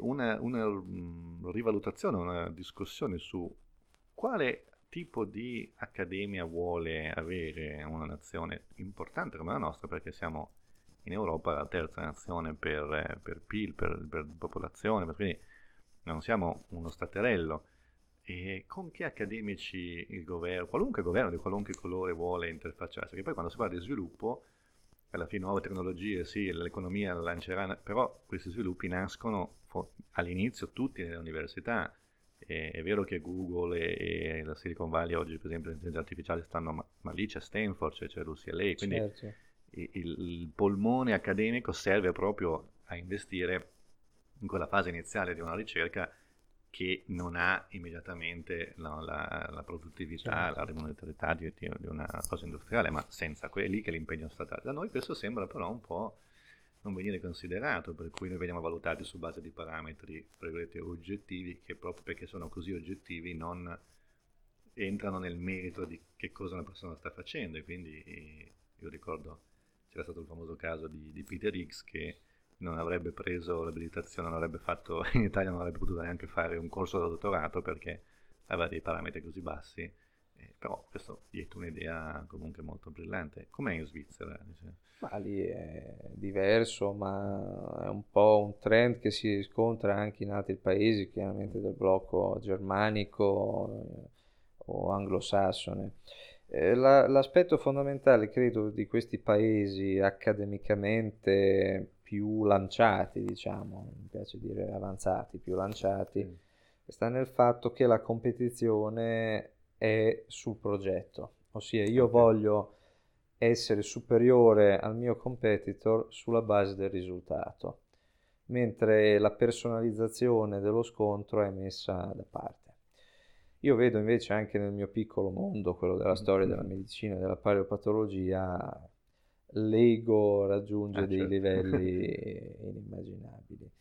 una rivalutazione, una discussione su quale tipo di accademia vuole avere una nazione importante come la nostra, perché siamo in Europa la terza nazione per PIL, per popolazione, quindi non siamo uno staterello. E con che accademici il qualunque governo di qualunque colore vuole interfacciarsi? Perché poi quando si parla di sviluppo, alla fine nuove tecnologie, sì, l'economia lancerà, però questi sviluppi nascono all'inizio tutti nelle università. È vero che Google e la Silicon Valley oggi, per esempio, l'intelligenza artificiale stanno, ma lì c'è Stanford, c'è l'UCLA, quindi Certo. il polmone accademico serve proprio a investire in quella fase iniziale di una ricerca che non ha immediatamente la produttività, Certo. la remuneratività di una cosa industriale, ma senza quelli che è l'impegno statale. Da noi questo sembra però un po' non venire considerato, per cui noi veniamo valutati su base di parametri oggettivi, che proprio perché sono così oggettivi non entrano nel merito di che cosa una persona sta facendo. E quindi io ricordo c'era stato il famoso caso di Peter Higgs, che non avrebbe preso l'abilitazione, non avrebbe fatto in Italia, non avrebbe potuto neanche fare un corso da dottorato perché aveva dei parametri così bassi. Però questo dietro un'idea comunque molto brillante. Com'è in Svizzera? Ma lì è diverso, ma è un po' un trend che si riscontra anche in altri paesi, chiaramente del blocco germanico o anglosassone. L'aspetto fondamentale, credo, di questi paesi accademicamente più lanciati, diciamo, mi piace dire avanzati, più lanciati, sta nel fatto che la competizione è sul progetto, ossia io voglio essere superiore al mio competitor sulla base del risultato, mentre la personalizzazione dello scontro è messa da parte. Io vedo invece anche nel mio piccolo mondo, quello della storia della medicina e della paleopatologia, l'ego raggiunge dei livelli inimmaginabili.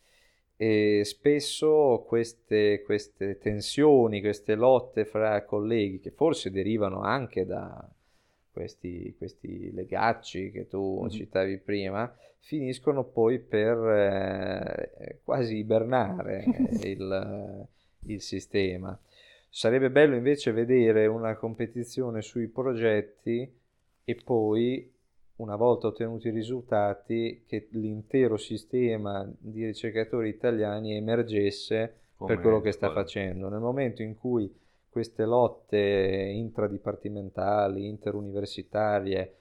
E spesso queste tensioni, queste lotte fra colleghi, che forse derivano anche da questi legacci che tu citavi prima, finiscono poi per quasi ibernare il sistema. Sarebbe bello invece vedere una competizione sui progetti e poi, una volta ottenuti i risultati, che l'intero sistema di ricercatori italiani emergesse per quello che sta facendo. Nel momento in cui queste lotte intradipartimentali, interuniversitarie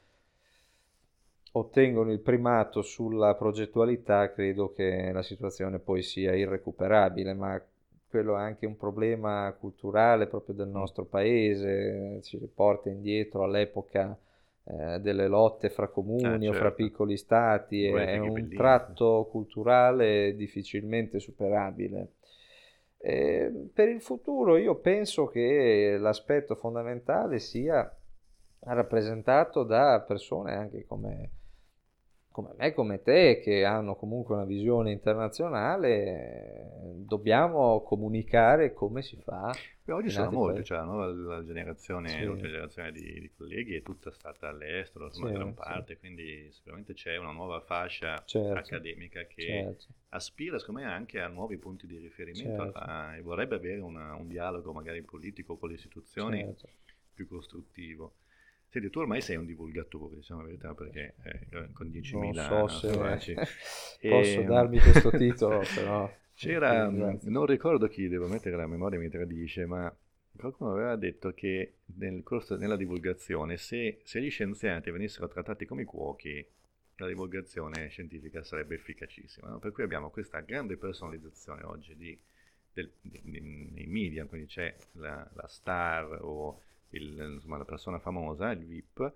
ottengono il primato sulla progettualità, credo che la situazione poi sia irrecuperabile, ma quello è anche un problema culturale proprio del nostro paese, ci riporta indietro all'epoca delle lotte fra comuni o fra piccoli stati, è un tratto culturale difficilmente superabile. Per il futuro io penso che l'aspetto fondamentale sia rappresentato da persone anche come me, come te, che hanno comunque una visione internazionale. Dobbiamo comunicare come si fa. Beh, oggi sono molti, cioè la generazione, l'ultima generazione di colleghi è tutta stata all'estero, insomma, gran parte, quindi sicuramente c'è una nuova fascia accademica che aspira, secondo me, anche a nuovi punti di riferimento e vorrebbe avere un dialogo magari politico con le istituzioni più costruttivo. Senti, tu ormai sei un divulgatore, diciamo la verità, perché con 10.000 non so se posso darmi questo titolo, però c'era, non ricordo chi, devo mettere la memoria mi tradisce, ma qualcuno aveva detto che nella divulgazione, se gli scienziati venissero trattati come i cuochi, la divulgazione scientifica sarebbe efficacissima, no? Per cui abbiamo questa grande personalizzazione oggi nei media, quindi c'è la star o insomma, la persona famosa, il VIP,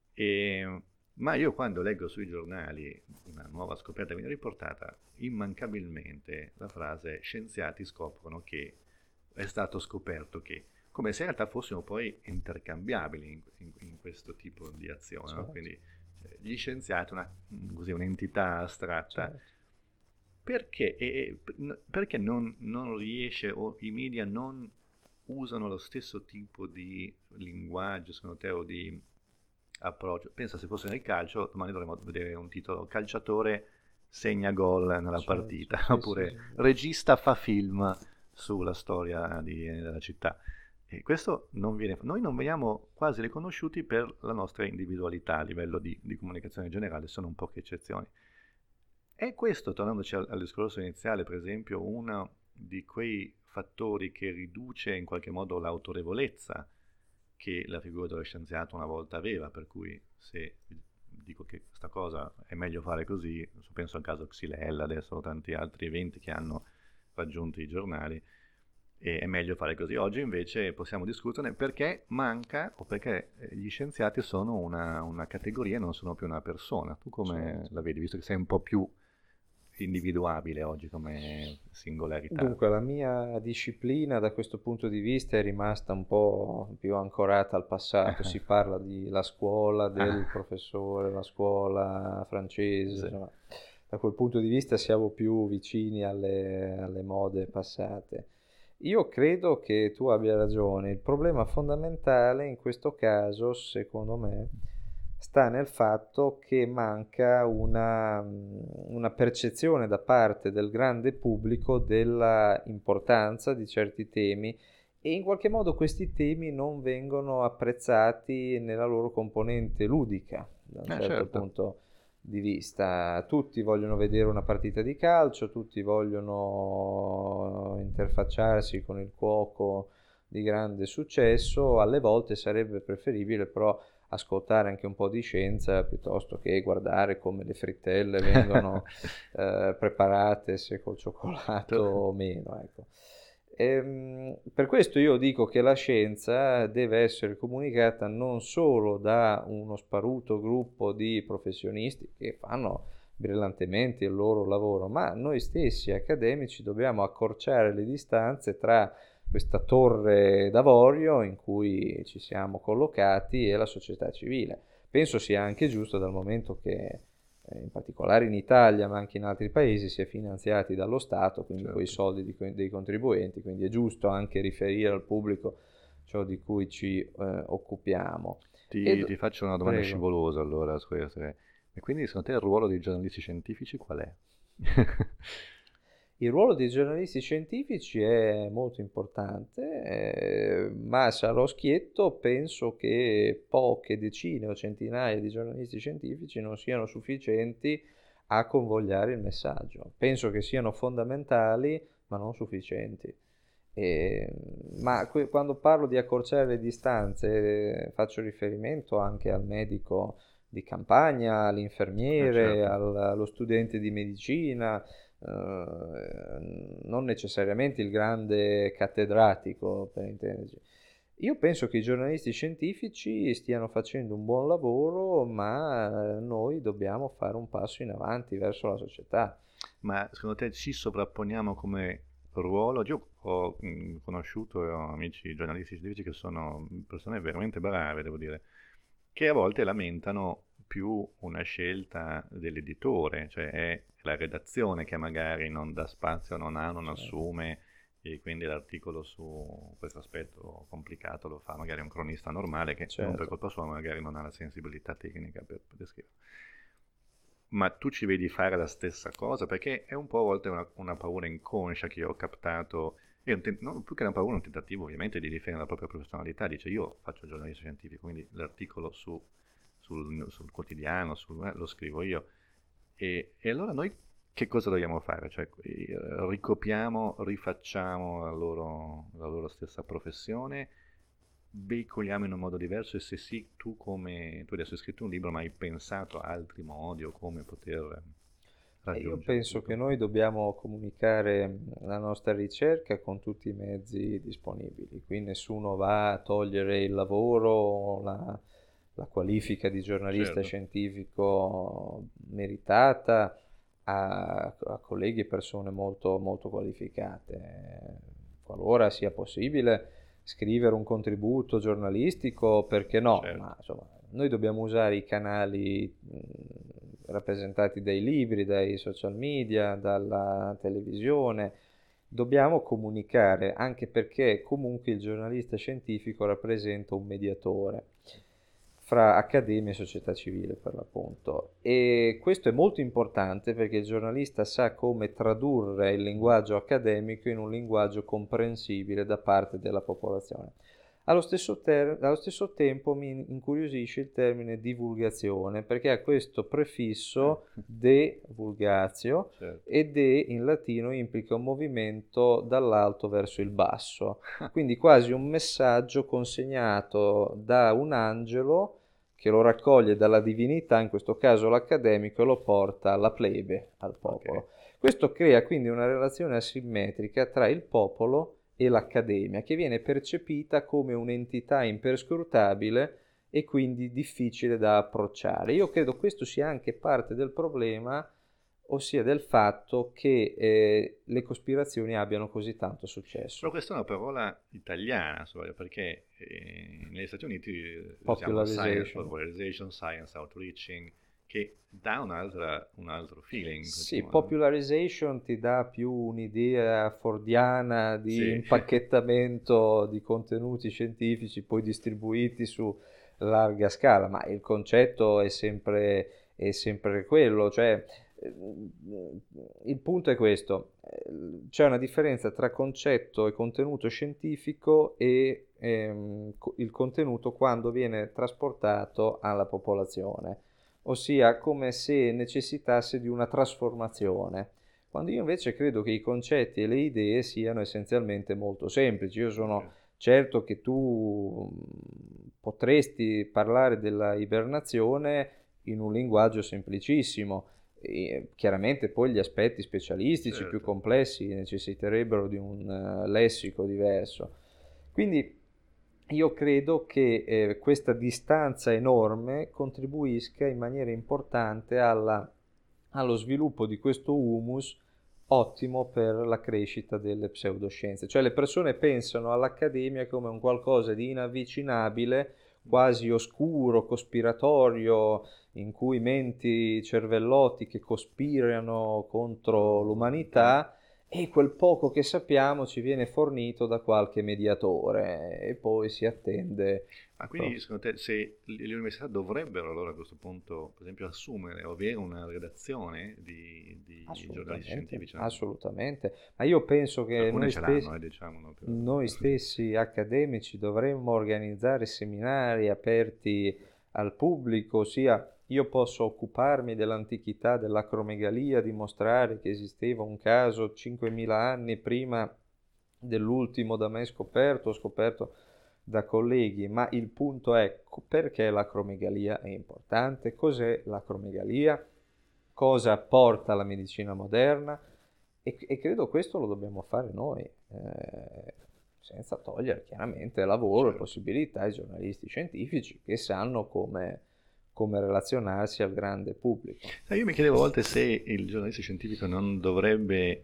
ma io quando leggo sui giornali una nuova scoperta viene riportata immancabilmente la frase scienziati scoprono che è stato scoperto che, come se in realtà fossimo poi intercambiabili in questo tipo di azione, no? Quindi gli scienziati, così, un'entità astratta, perché non riesce, o i media non usano lo stesso tipo di linguaggio, secondo te, o di approccio? Pensa, se fosse nel calcio, domani dovremmo vedere un titolo: calciatore segna gol nella partita, oppure regista fa film sulla storia della città. E questo noi non veniamo quasi riconosciuti per la nostra individualità a livello di comunicazione generale, sono un poche eccezioni. E questo, tornandoci al discorso iniziale, per esempio, uno di quei fattori che riduce in qualche modo l'autorevolezza che la figura dello scienziato una volta aveva, per cui se dico che questa cosa è meglio fare così, penso al caso Xylella, adesso tanti altri eventi che hanno raggiunto i giornali, e è meglio fare così. Oggi invece possiamo discuterne perché manca, o perché gli scienziati sono una categoria e non sono più una persona. Tu come la vedi, visto che sei un po' più individuabile oggi come singolarità? Dunque, la mia disciplina da questo punto di vista è rimasta un po' più ancorata al passato. Si parla di la scuola del professore, la scuola francese, Sì. insomma. Da quel punto di vista siamo più vicini alle mode passate. Io credo che tu abbia ragione. Il problema fondamentale in questo caso, secondo me, sta nel fatto che manca una percezione da parte del grande pubblico della importanza di certi temi e in qualche modo questi temi non vengono apprezzati nella loro componente ludica, da un certo Certo. punto di vista. Tutti vogliono vedere una partita di calcio, tutti vogliono interfacciarsi con il cuoco di grande successo, alle volte sarebbe preferibile però ascoltare anche un po' di scienza piuttosto che guardare come le frittelle vengono preparate, se col cioccolato o meno, ecco. Per questo io dico che la scienza deve essere comunicata non solo da uno sparuto gruppo di professionisti che fanno brillantemente il loro lavoro, ma noi stessi accademici dobbiamo accorciare le distanze tra questa torre d'avorio in cui ci siamo collocati e la società civile. Penso sia anche giusto, dal momento che in particolare in Italia ma anche in altri paesi si è finanziati dallo Stato, quindi con i soldi dei contribuenti, quindi è giusto anche riferire al pubblico ciò di cui ci occupiamo. Ti faccio una domanda Prego. scivolosa allora, e quindi secondo te il ruolo dei giornalisti scientifici qual è? Il ruolo dei giornalisti scientifici è molto importante, ma sarò schietto, penso che poche decine o centinaia di giornalisti scientifici non siano sufficienti a convogliare il messaggio. Penso che siano fondamentali, ma non sufficienti. Quando parlo di accorciare le distanze, faccio riferimento anche al medico di campagna, all'infermiere, Certo. allo studente di medicina, non necessariamente il grande cattedratico, per intenderci. Io penso che i giornalisti scientifici stiano facendo un buon lavoro, ma noi dobbiamo fare un passo in avanti verso la società. Ma secondo te ci sovrapponiamo come ruolo? Io ho conosciuto amici giornalisti scientifici che sono persone veramente brave, devo dire, che a volte lamentano più una scelta dell'editore, cioè è la redazione che magari non dà spazio, non assume, e quindi l'articolo su questo aspetto complicato lo fa magari un cronista normale che non per colpa sua magari non ha la sensibilità tecnica per descriverlo. Ma tu ci vedi fare la stessa cosa? Perché è un po' a volte una paura inconscia che io ho captato, e non, più che una paura, un tentativo ovviamente di difendere la propria professionalità. Dice, io faccio giornalismo scientifico, quindi l'articolo sul quotidiano, lo scrivo io. E allora noi che cosa dobbiamo fare? Cioè, ricopiamo, rifacciamo la loro stessa professione, veicoliamo in un modo diverso, e se sì, tu adesso hai scritto un libro, ma hai pensato a altri modi o come poter raggiungere? Io penso che noi dobbiamo comunicare la nostra ricerca con tutti i mezzi disponibili, qui nessuno va a togliere il lavoro, la qualifica di giornalista scientifico meritata a colleghi e persone molto, molto qualificate. Qualora sia possibile scrivere un contributo giornalistico, perché no? Ma insomma, noi dobbiamo usare i canali rappresentati dai libri, dai social media, dalla televisione. Dobbiamo comunicare, anche perché comunque il giornalista scientifico rappresenta un mediatore fra accademia e società civile, per l'appunto, e questo è molto importante perché il giornalista sa come tradurre il linguaggio accademico in un linguaggio comprensibile da parte della popolazione. Allo stesso tempo mi incuriosisce il termine divulgazione, perché ha questo prefisso de vulgatio, Certo. e de in latino implica un movimento dall'alto verso il basso, quindi quasi un messaggio consegnato da un angelo che lo raccoglie dalla divinità, in questo caso l'accademico, e lo porta alla plebe, al popolo. Ok. Questo crea quindi una relazione asimmetrica tra il popolo e l'accademia, che viene percepita come un'entità imperscrutabile e quindi difficile da approcciare. Io credo questo sia anche parte del problema, ossia del fatto che le cospirazioni abbiano così tanto Però successo. questa è una parola italiana, perché negli Stati Uniti usiamo science, Popularization. popularization, science outreaching, che dà un altro feeling in qualche Sì, modo. popularization ti dà più un'idea fordiana di Sì, impacchettamento di contenuti scientifici poi distribuiti su larga scala, ma il concetto è sempre quello, cioè il punto è questo, c'è una differenza tra concetto e contenuto scientifico e il contenuto quando viene trasportato alla popolazione, ossia come se necessitasse di una trasformazione, quando io invece credo che i concetti e le idee siano essenzialmente molto semplici. Io sono ok. certo che tu potresti parlare della ibernazione in un linguaggio semplicissimo. E chiaramente poi gli aspetti specialistici più Certo. complessi necessiterebbero di un lessico diverso. Quindi io credo che questa distanza enorme contribuisca in maniera importante allo sviluppo di questo humus ottimo per la crescita delle pseudoscienze. Cioè le persone pensano all'accademia come un qualcosa di inavvicinabile, quasi oscuro, cospiratorio, in cui menti cervellotti che cospirano contro l'umanità, e quel poco che sappiamo ci viene fornito da qualche mediatore e poi si attende. Ma quindi secondo te se le università dovrebbero allora a questo punto, per esempio, assumere o avere una redazione di giornalisti Assolutamente, scientifici? assolutamente. Ma io penso che Alcune ce l'hanno, diciamolo. noi stessi accademici dovremmo organizzare seminari aperti al pubblico, ossia io posso occuparmi dell'antichità dell'acromegalia, dimostrare che esisteva un caso 5.000 anni prima dell'ultimo da me scoperto da colleghi, ma il punto è perché l'acromegalia è importante, cos'è l'acromegalia, cosa apporta la medicina moderna, e credo questo lo dobbiamo fare noi, senza togliere chiaramente lavoro e Certo. possibilità ai giornalisti scientifici che sanno come relazionarsi al grande pubblico. Sai, io mi chiedevo a volte se il giornalista scientifico non dovrebbe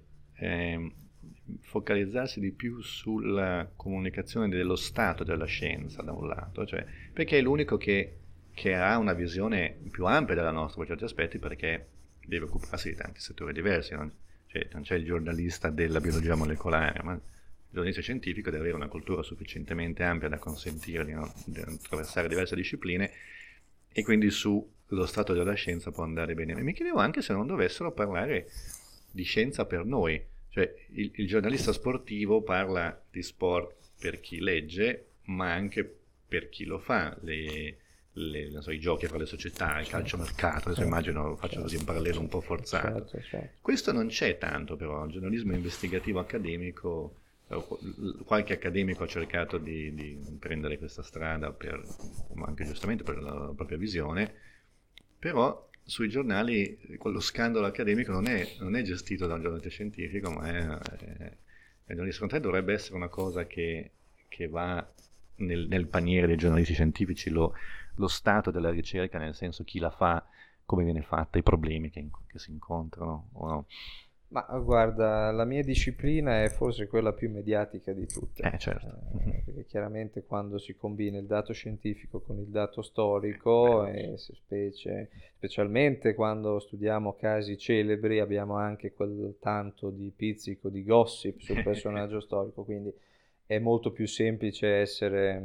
focalizzarsi di più sulla comunicazione dello stato della scienza, da un lato, cioè, perché è l'unico che ha una visione più ampia della nostra per certi aspetti, perché deve occuparsi di tanti settori diversi, non c'è il giornalista della biologia molecolare, ma il giornalista scientifico deve avere una cultura sufficientemente ampia da consentirgli, no, di attraversare diverse discipline, e quindi sullo stato della scienza può andare bene. E mi chiedevo anche se non dovessero parlare di scienza per noi, cioè il giornalista sportivo parla di sport per chi legge, ma anche per chi lo fa, non so, i giochi fra le società, il calciomercato, adesso immagino, faccio così un parallelo un po' forzato. Certo. Questo non c'è tanto però, il giornalismo investigativo accademico, qualche accademico ha cercato di prendere questa strada, ma anche giustamente per la propria visione, però sui giornali quello scandalo accademico non è gestito da un giornalista scientifico, ma secondo te dovrebbe essere una cosa che va nel paniere dei giornalisti scientifici, lo stato della ricerca, nel senso chi la fa, come viene fatta, i problemi che si incontrano, o no? Ma guarda, la mia disciplina è forse quella più mediatica di tutte, Certo. perché chiaramente quando si combina il dato scientifico con il dato storico, Bello. e specialmente quando studiamo casi celebri, abbiamo anche quel tanto di pizzico di gossip sul personaggio storico, quindi è molto più semplice essere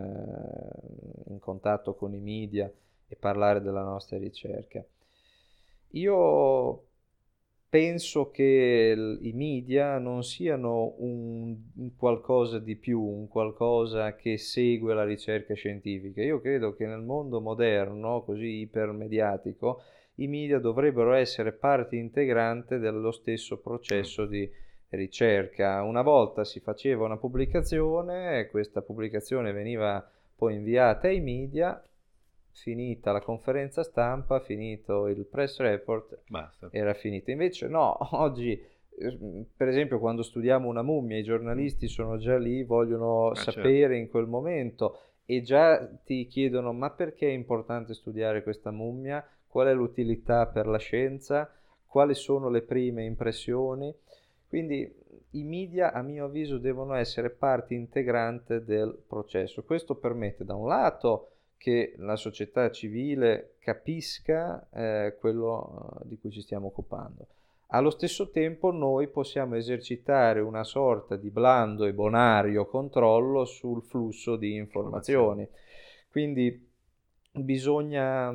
in contatto con i media e parlare della nostra ricerca. Io penso che i media non siano un qualcosa di più, un qualcosa che segue la ricerca scientifica. Io credo che nel mondo moderno, così ipermediatico, i media dovrebbero essere parte integrante dello stesso processo di ricerca. Una volta si faceva una pubblicazione, questa pubblicazione veniva poi inviata ai media, finita la conferenza stampa, finito il press report, basta. Era finito. Invece no, oggi per esempio quando studiamo una mummia i giornalisti sono già lì, vogliono sapere in quel momento e già ti chiedono: ma perché è importante studiare questa mummia? Qual è l'utilità per la scienza? Quali sono le prime impressioni? Quindi i media, a mio avviso, devono essere parte integrante del processo. Questo permette da un lato che la società civile capisca quello di cui ci stiamo occupando. Allo stesso tempo noi possiamo esercitare una sorta di blando e bonario controllo sul flusso di informazioni. Quindi bisogna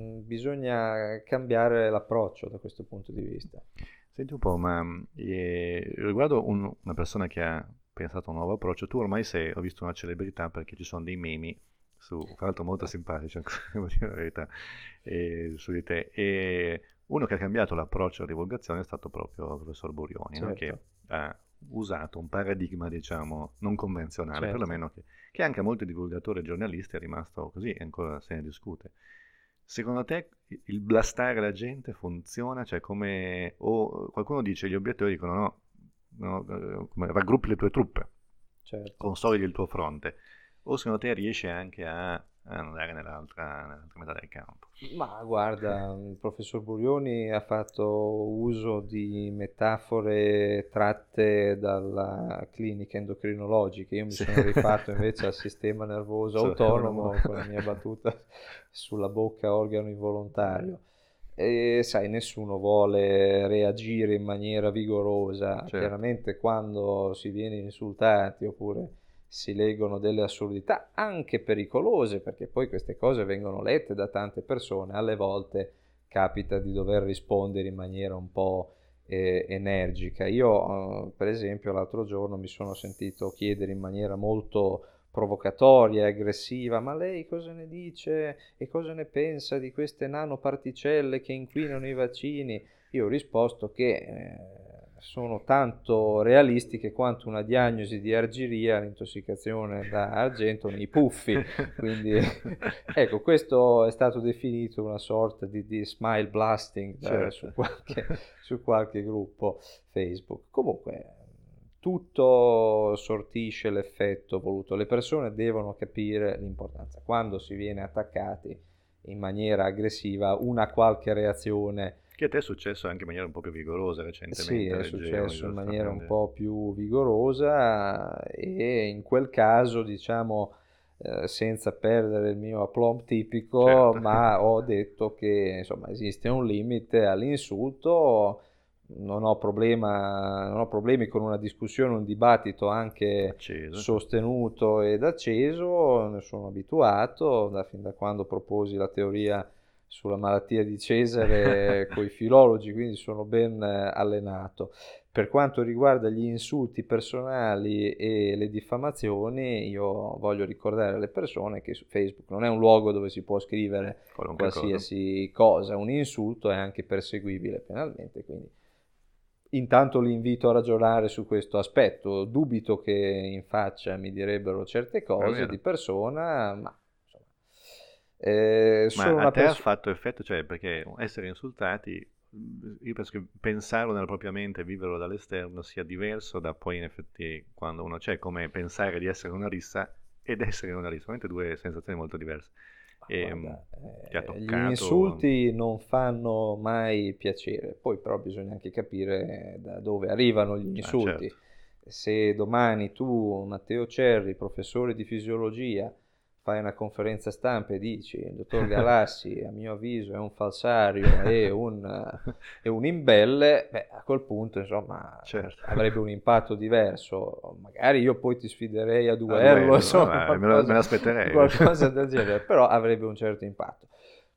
cambiare l'approccio da questo punto di vista. Senti un po', ma riguardo una persona che ha pensato a un nuovo approccio, tu ormai ho visto una celebrità perché ci sono dei memi fra l'altro molto simpatici, devo dire la verità, su di te. E uno che ha cambiato l'approccio alla divulgazione è stato proprio il professor Burioni, certo. No? Che ha usato un paradigma, diciamo, non convenzionale, certo. Perlomeno che anche a molti divulgatori e giornalisti è rimasto così e ancora se ne discute. Secondo te il blastare la gente funziona? Cioè o qualcuno dice, gli obiettori dicono come raggruppi le tue truppe, certo. Consolidi il tuo fronte. O secondo te riesce anche a andare nell'altra metà del campo? Ma guarda, il professor Burioni ha fatto uso di metafore tratte dalla clinica endocrinologica. Io mi sono rifatto invece al sistema nervoso autonomo con la mia battuta sulla bocca organo involontario. E sai, nessuno vuole reagire in maniera vigorosa. Certo. Chiaramente quando si viene insultati oppure si leggono delle assurdità anche pericolose, perché poi queste cose vengono lette da tante persone, alle volte capita di dover rispondere in maniera un po' energica. Io per esempio l'altro giorno mi sono sentito chiedere in maniera molto provocatoria e aggressiva: ma lei cosa ne dice e cosa ne pensa di queste nanoparticelle che inquinano i vaccini? Io ho risposto che sono tanto realistiche quanto una diagnosi di argiria, l'intossicazione da argento nei puffi. Quindi ecco, questo è stato definito una sorta di smile blasting, certo. su qualche gruppo Facebook. Comunque tutto sortisce l'effetto voluto. Le persone devono capire l'importanza. Quando si viene attaccati in maniera aggressiva, una qualche reazione. Che a te è successo anche in maniera un po' più vigorosa recentemente. Sì, è successo in maniera un po' più vigorosa e in quel caso, diciamo, senza perdere il mio aplomb tipico, certo. Ma ho detto che insomma esiste un limite all'insulto. Non ho problemi con una discussione, un dibattito anche acceso, sostenuto ed acceso, ne sono abituato fin da quando proposi la teoria sulla malattia di Cesare coi filologi, quindi sono ben allenato. Per quanto riguarda gli insulti personali e le diffamazioni, io voglio ricordare alle persone che su Facebook non è un luogo dove si può scrivere qualsiasi cosa. Un insulto è anche perseguibile penalmente, quindi intanto li invito a ragionare su questo aspetto. Dubito che in faccia mi direbbero certe cose di persona, ma ma a te ha fatto effetto, cioè, perché essere insultati, io penso che pensarlo nella propria mente e viverlo dall'esterno sia diverso da poi in effetti quando uno c'è, come pensare di essere una rissa ed essere una rissa, veramente due sensazioni molto diverse. Gli insulti non fanno mai piacere, poi però bisogna anche capire da dove arrivano gli insulti. Certo. Se domani tu, Matteo Cerri, professore di fisiologia, fai una conferenza stampa e dici: il dottor Galassi a mio avviso è un falsario e un imbelle, a quel punto insomma certo. Avrebbe un impatto diverso. Magari io poi ti sfiderei a duello, insomma, me l'aspetterei. Qualcosa del genere, però avrebbe un certo impatto.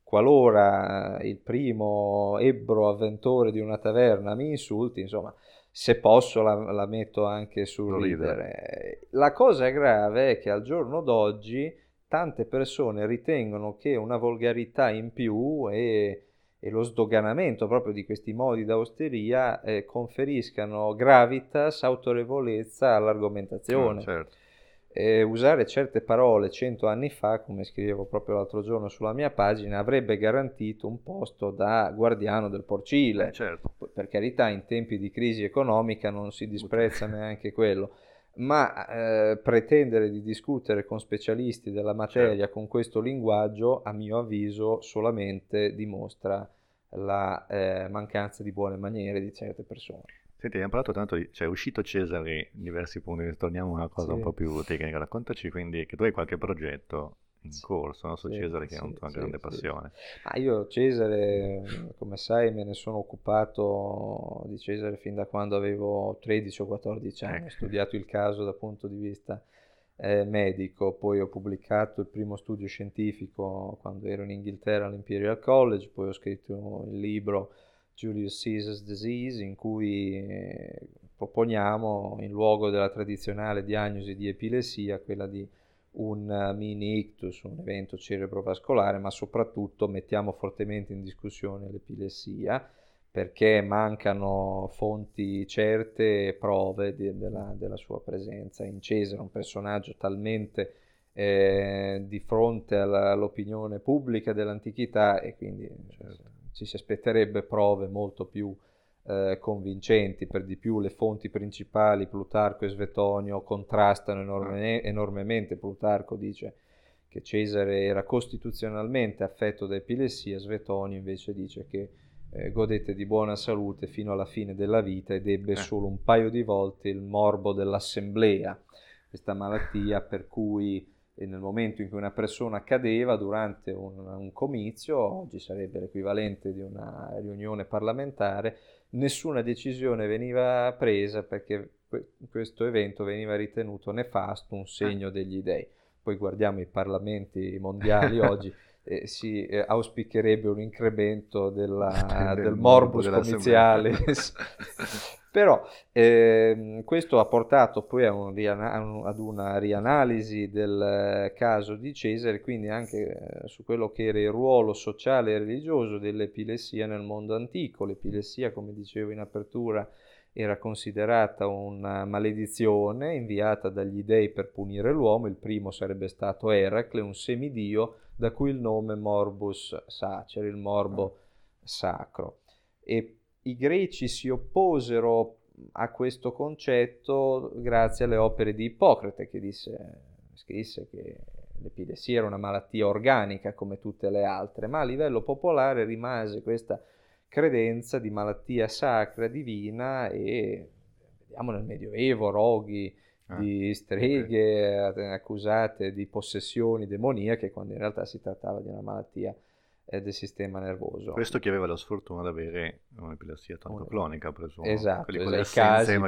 qualora il primo ebbro avventore di una taverna mi insulti, insomma, se posso la metto anche sul ridere. La cosa grave è che al giorno d'oggi tante persone ritengono che una volgarità in più e lo sdoganamento proprio di questi modi d'osteria conferiscano gravitas, autorevolezza all'argomentazione. Certo. Usare certe parole 100 anni fa, come scrivevo proprio l'altro giorno sulla mia pagina, avrebbe garantito un posto da guardiano del porcile. Certo. Per carità, in tempi di crisi economica non si disprezza neanche quello, ma pretendere di discutere con specialisti della materia con questo linguaggio, a mio avviso, solamente dimostra la mancanza di buone maniere di certe persone. Senti, abbiamo parlato tanto di, cioè è uscito Cesare in diversi punti, torniamo a una cosa un po' più tecnica, raccontaci quindi che tu hai qualche progetto in corso, no? Su Cesare che è una tua grande passione. Io Cesare, come sai, me ne sono occupato di Cesare fin da quando avevo 13 o 14 anni, ho studiato il caso dal punto di vista medico, poi ho pubblicato il primo studio scientifico quando ero in Inghilterra all'Imperial College, poi ho scritto il libro Julius Caesar's Disease, in cui proponiamo, in luogo della tradizionale diagnosi di epilessia, quella di un mini ictus, un evento cerebrovascolare, ma soprattutto mettiamo fortemente in discussione l'epilessia, perché mancano fonti certe e prove della sua presenza. In Cesare, un personaggio talmente di fronte all'opinione pubblica dell'antichità, e quindi ci si aspetterebbe prove molto più convincenti. Per di più le fonti principali, Plutarco e Svetonio, contrastano enormemente. Plutarco dice che Cesare era costituzionalmente affetto da epilessia, Svetonio invece dice che godette di buona salute fino alla fine della vita ed ebbe solo un paio di volte il morbo dell'assemblea, questa malattia per cui nel momento in cui una persona cadeva durante un comizio, oggi sarebbe l'equivalente di una riunione parlamentare, nessuna decisione veniva presa perché questo evento veniva ritenuto nefasto, un segno degli dei. Poi guardiamo i parlamenti mondiali oggi, si auspicherebbe un incremento del morbus comiziale. Però questo ha portato poi ad una rianalisi del caso di Cesare, quindi anche su quello che era il ruolo sociale e religioso dell'epilessia nel mondo antico. L'epilessia, come dicevo in apertura, era considerata una maledizione inviata dagli dei per punire l'uomo. Il primo sarebbe stato Eracle, un semidio, da cui il nome morbus sacer, il morbo sacro. E i greci si opposero a questo concetto grazie alle opere di Ippocrate, che scrisse che l'epilessia era una malattia organica come tutte le altre, ma a livello popolare rimase questa credenza di malattia sacra, divina, e vediamo nel Medioevo roghi di streghe accusate di possessioni demoniache, quando in realtà si trattava di una malattia del sistema nervoso. Questo chi aveva la sfortuna di avere un'epilessia tanto clonica, presumo. Esatto, i casi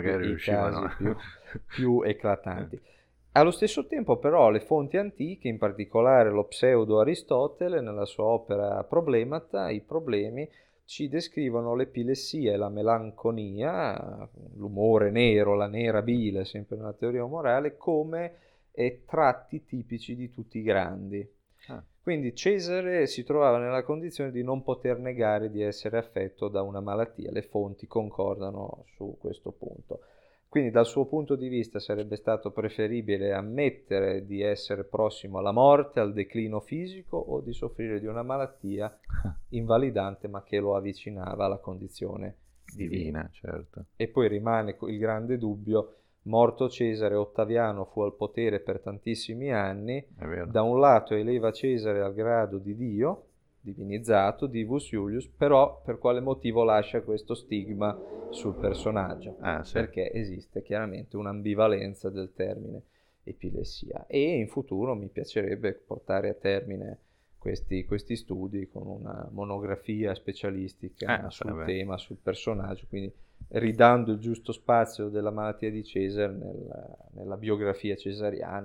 più eclatanti. Allo stesso tempo però le fonti antiche, in particolare lo pseudo Aristotele nella sua opera Problemata, i problemi, ci descrivono l'epilessia e la melanconia, l'umore nero, la nera bile, sempre nella teoria morale, come tratti tipici di tutti i grandi. Quindi Cesare si trovava nella condizione di non poter negare di essere affetto da una malattia, le fonti concordano su questo punto. Quindi dal suo punto di vista sarebbe stato preferibile ammettere di essere prossimo alla morte, al declino fisico, o di soffrire di una malattia invalidante ma che lo avvicinava alla condizione divina. Certo. E poi rimane il grande dubbio: morto Cesare, Ottaviano fu al potere per tantissimi anni, da un lato eleva Cesare al grado di Dio, divinizzato, Divus Iulius, però per quale motivo lascia questo stigma sul personaggio? Perché esiste chiaramente un'ambivalenza del termine epilessia, e in futuro mi piacerebbe portare a termine questi studi con una monografia specialistica sul tema, sul personaggio, quindi ridando il giusto spazio della malattia di Cesare nella biografia cesariana.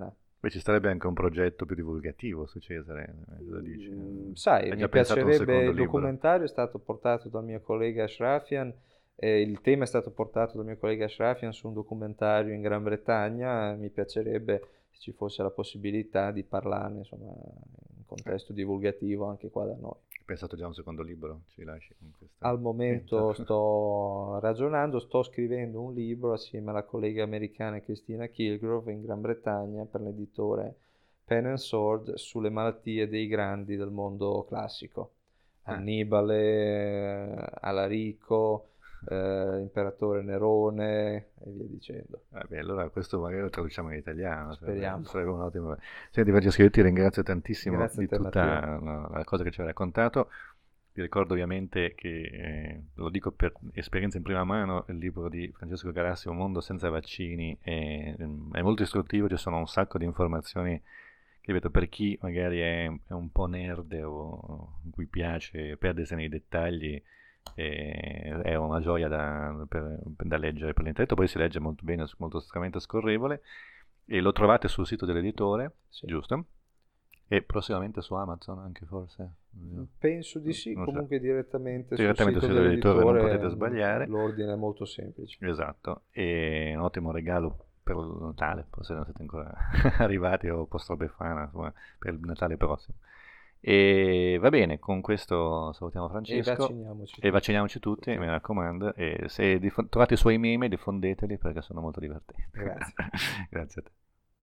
Poi ci sarebbe anche un progetto più divulgativo su Cesare, cosa dici? Sai, Hai mi già pensato a un piacerebbe, secondo il libro? documentario è stato portato dal mio collega Ashrafian, il tema è stato portato dal mio collega Ashrafian su un documentario in Gran Bretagna, mi piacerebbe se ci fosse la possibilità di parlarne, insomma, in contesto divulgativo anche qua da noi. Hai pensato già a un secondo libro? Ci lasci con questa... Al momento sto ragionando, sto scrivendo un libro assieme alla collega americana Christina Kilgrove in Gran Bretagna per l'editore Pen and Sword sulle malattie dei grandi del mondo classico. Annibale, Alarico, Imperatore Nerone e via dicendo. Vabbè, allora questo magari lo traduciamo in italiano. Speriamo. Sarebbe un ottimo... Senti, Francesco, io ti ringrazio tantissimo Grazie di tutta la cosa che ci hai raccontato. Ti ricordo ovviamente che, lo dico per esperienza in prima mano, il libro di Francesco Galassi, Un mondo senza vaccini, è molto istruttivo, ci sono un sacco di informazioni che ripeto, per chi magari è un po' nerd o in cui piace perdersi nei dettagli, è una gioia da leggere per l'internet, poi si legge molto bene, molto estremamente scorrevole, e lo trovate sul sito dell'editore, Sì. giusto? E prossimamente su Amazon anche forse? Penso di sì, Non so. comunque direttamente sul sito sito dell'editore non potete sbagliare. L'ordine è molto semplice. Esatto, e un ottimo regalo per il Natale, forse non siete ancora arrivati o post Befana, insomma, per il Natale prossimo. E va bene, con questo salutiamo Francesco E vacciniamoci tutti, mi raccomando, e se trovate i suoi meme diffondeteli perché sono molto divertenti. Grazie. Grazie a te.